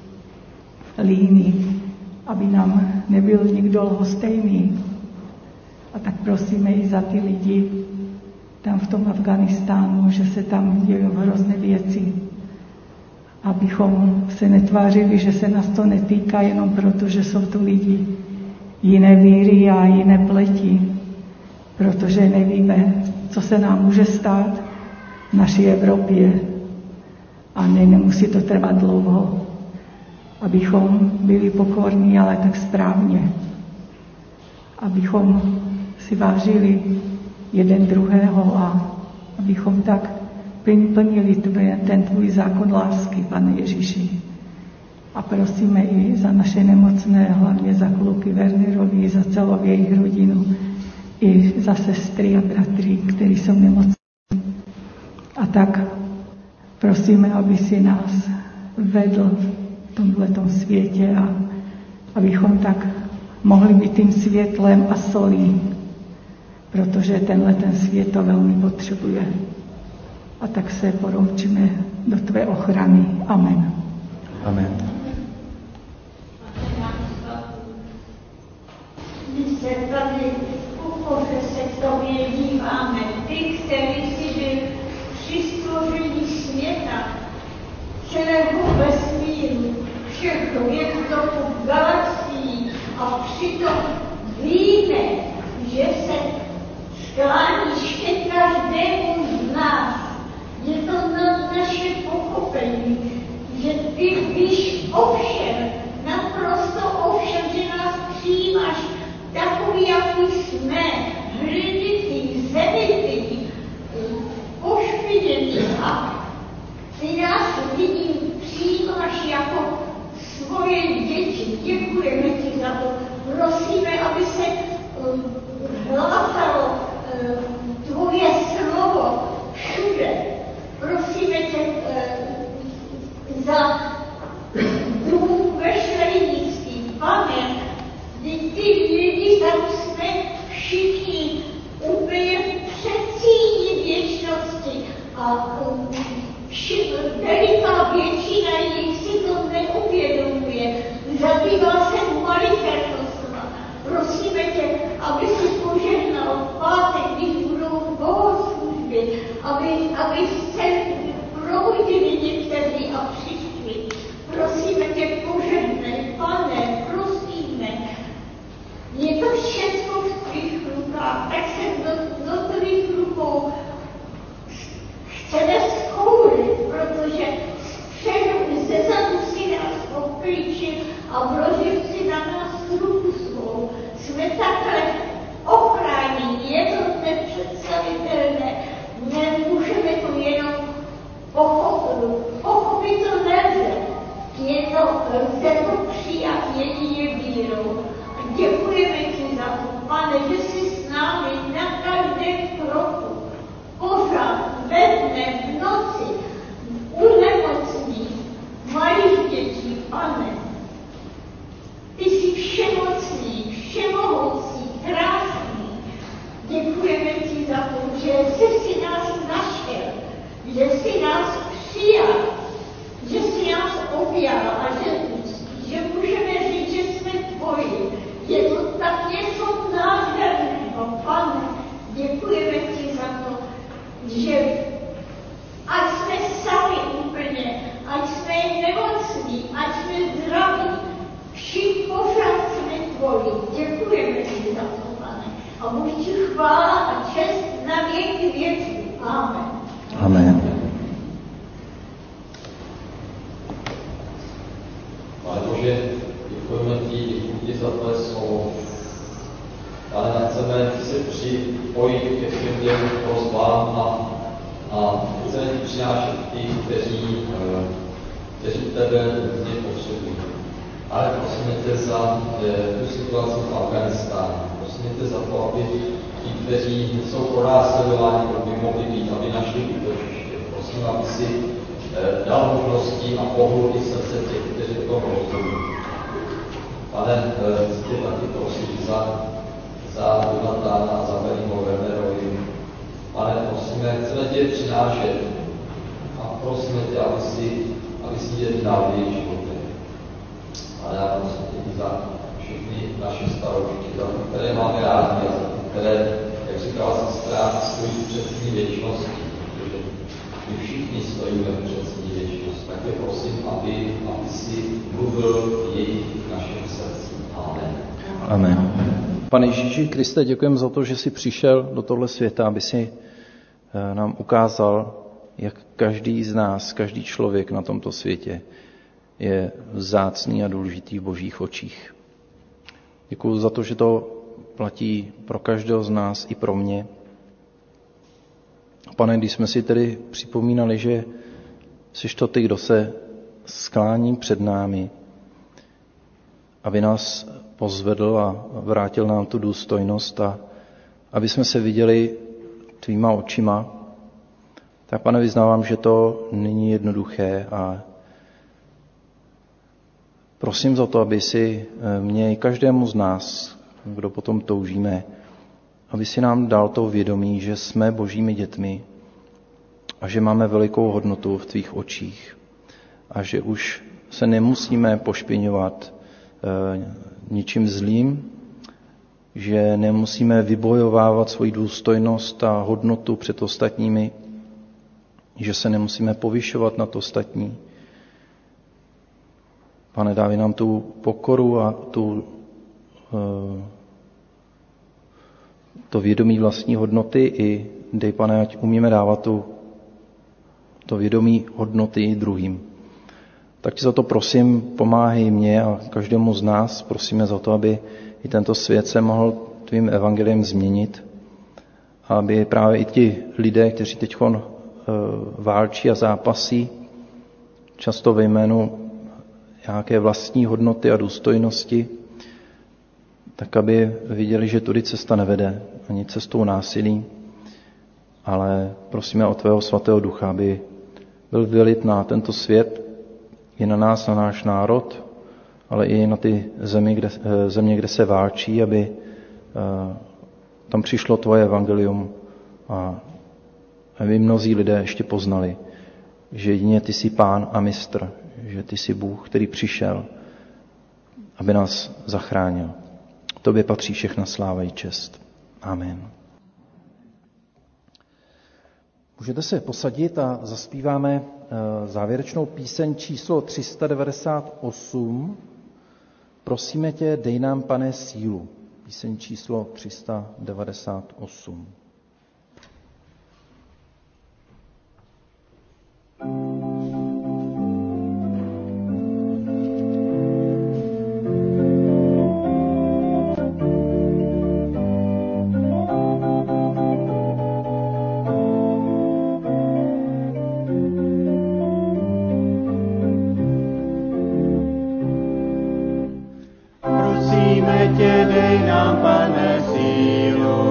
líní, aby nám nebyl nikdo lhostejný. A tak prosíme i za ty lidi tam v tom Afghánistánu, že se tam dějí hrozné věci. Abychom se netvářili, že se nás to netýká jenom proto, že jsou tu lidi jiné víry a jiné pleti. Protože nevíme, co se nám může stát v naší Evropě. A nemusí to trvat dlouho, abychom byli pokorní, ale tak správně. Abychom si vážili jeden druhého a abychom tak plnili ten tvůj zákon lásky, Pane Ježíši. A prosíme i za naše nemocné, hlavně za kluky Wernerovi, za celou jejich rodinu, i za sestry a bratry, kteří jsou nemocní. A tak prosíme, aby si nás vedl v tomhletom světě a abychom tak mohli být tím světlem a solí, protože ten svět to velmi potřebuje. A tak se poroučíme do tvé ochrany. Amen. Amen. My se tady že se k tobě díváme. Ty, který jsi byl při stvoření světa, celého vesmíru, všech hvězdoků, galaxií a přitom víme, že se skláníš ke každému z nás. Je to na naše pochopení, že ty víš o všem, naprosto o všem, že nás přijímáš takový, jaký jsme, hrditý, zemitý, pošpiněný a ty nás vidím, přijímáš jako svoje děti. Děkujeme ti za to. Prosíme, aby se hlásalo tvoje slovo všude. Prosíme tě za dům ve Švejnictví. Pane, ty lidi tam jsme všichni úplně předsíní věčnosti a veliká většina jich si to neuvědomuje. Zabývá se malichernostima. Prosíme tě, aby si požehnal pátek, když budou bohoslužby, aby se probudili někteří a přišli. Prosíme tě, požehnej, Pane, prosíme. Je to všechno v tvých rukách, tak se do tvých rukou chceme schoulit, protože ze zadu si nás oklíčil a vložil si na nás tu lze to přijat jedině vírou. A děkujeme ti za to, Pane, že jsi s námi na každém kroku, pořád, ve dne, v noci, u nemocných, malých dětí, Pane. Ty jsi všemocný, všemohoucí, krásný. Děkujeme ti za to, že jsi si nás našel, že jsi nás přijal, že jsi nás objal a že můžeme říct, že jsme tvoji. Je to tak něco nádherného, Pane. Děkujeme ti za to, že ať jsme sami úplně, ať jsme nemocní, ať jsme zdraví, všichni pořád jsme tvoji. Děkujeme ti za to, Pane. A buď ti chvála a čest na věky věků. Amen. Amen. Pane Bože, děkujeme ti za tvé slovo. Ale chceme se připojit ke všem těm prosbám a chceme ti přinášet ty, kteří tebe mě potřebují. Ale prosíme tě za tu situaci v Afghánistánu. Prosíme tě za to, aby ti, kteří jsou pronásledováni, aby mohli být, aby našli útočiště. Prosím, aby si dal možnosti a pohlul i srdce těch, kteří o tom rozhodují. Pane, chci tě taky prosit za Jonatána a za Benimo Wernerovi. Pane, prosíme, chceme tě přinášet a prosíme tě, aby si jednal v jejich životech. Ale já prosím tě za všechny naše starosti, za ty, které máme rádi a za ty, které, jak říkala sestra, stojí před svým věčností, protože my všichni stojíme před svým věčností. Tak tě prosím, aby si mluvil v jejich našem srdci. Amen. Amen. Pane Ježíši Kriste, děkujeme za to, že jsi přišel do tohle světa, aby si nám ukázal, jak každý z nás, každý člověk na tomto světě je vzácný a důležitý v Božích očích. Děkuji za to, že to platí pro každého z nás i pro mě. Pane, když jsme si tedy připomínali, že jsi to ty, kdo se sklání před námi, aby nás pozvedl a vrátil nám tu důstojnost a aby jsme se viděli tvýma očima, tak, Pane, vyznávám, že to není jednoduché a prosím za to, aby si mě i každému z nás, kdo potom toužíme, aby si nám dal to vědomí, že jsme Božími dětmi a že máme velikou hodnotu v tvých očích a že už se nemusíme pošpiňovat ničím zlým, že nemusíme vybojovávat svoji důstojnost a hodnotu před ostatními, že se nemusíme povyšovat nad ostatní. Pane, dávej nám tu pokoru a to vědomí vlastní hodnoty i dej, Pane, ať umíme dávat to vědomí hodnoty i druhým. Tak ti za to prosím, pomáhej mě a každému z nás. Prosíme za to, aby i tento svět se mohl tvým evangeliem změnit. A aby právě i ti lidé, kteří teď válčí a zápasí, často ve jménu nějaké vlastní hodnoty a důstojnosti, tak aby viděli, že tudy cesta nevede ani cestou násilí, ale prosíme o tvého svatého ducha, aby byl vylit na tento svět, i na nás, na náš národ, ale i na ty země, kde se válčí, aby tam přišlo tvoje evangelium a aby mnozí lidé ještě poznali, že jedině ty jsi Pán a mistr, že ty jsi Bůh, který přišel, aby nás zachránil. Tobě patří všechna sláva i čest. Amen. Můžete se posadit a zaspíváme závěrečnou píseň číslo 398. Prosíme tě, dej nám, Pane, sílu. Píseň číslo 398. nám, Pane, sílu.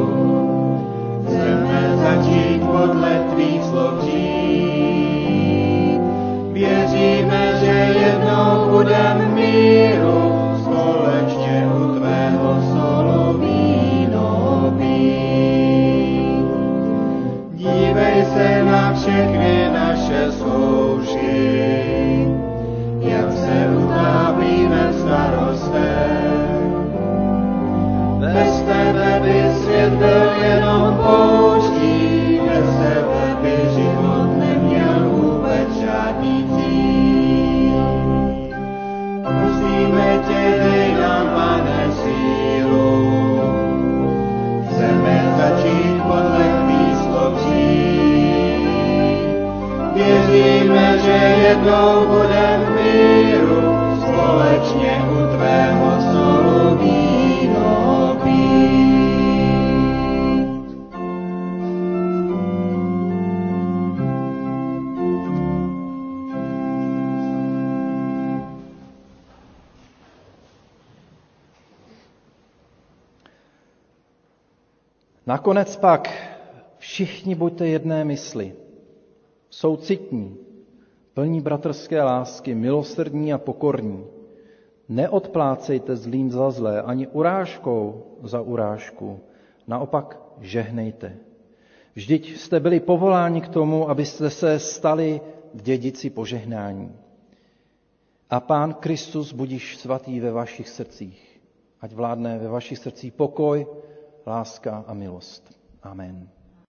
Chceme začít podle tvých slov žít. Věříme, že jednou budeme v míru, společně u tvého stolu víno pít. Dívej se na všechny naše zkoušky, jak se utápíme v starostech. Bez tebe by svět byl jenom pouští, bez tebe by život neměl vůbec žádný cíl. Prosíme tě, dej nám, Pane, sílu. Chceme začít podle tvých slov žít. Věříme, že jednou budeme v míru, společně u tvého stolu víno pít. Nakonec pak všichni buďte jedné mysli, soucitní, plní bratrské lásky, milosrdní a pokorní. Neodplácejte zlým za zlé, ani urážkou za urážku. Naopak žehnejte. Vždyť jste byli povoláni k tomu, abyste se stali dědici požehnání. A Pán Kristus budiž svatý ve vašich srdcích. Ať vládne ve vašich srdcích pokoj, láska a milost. Amen.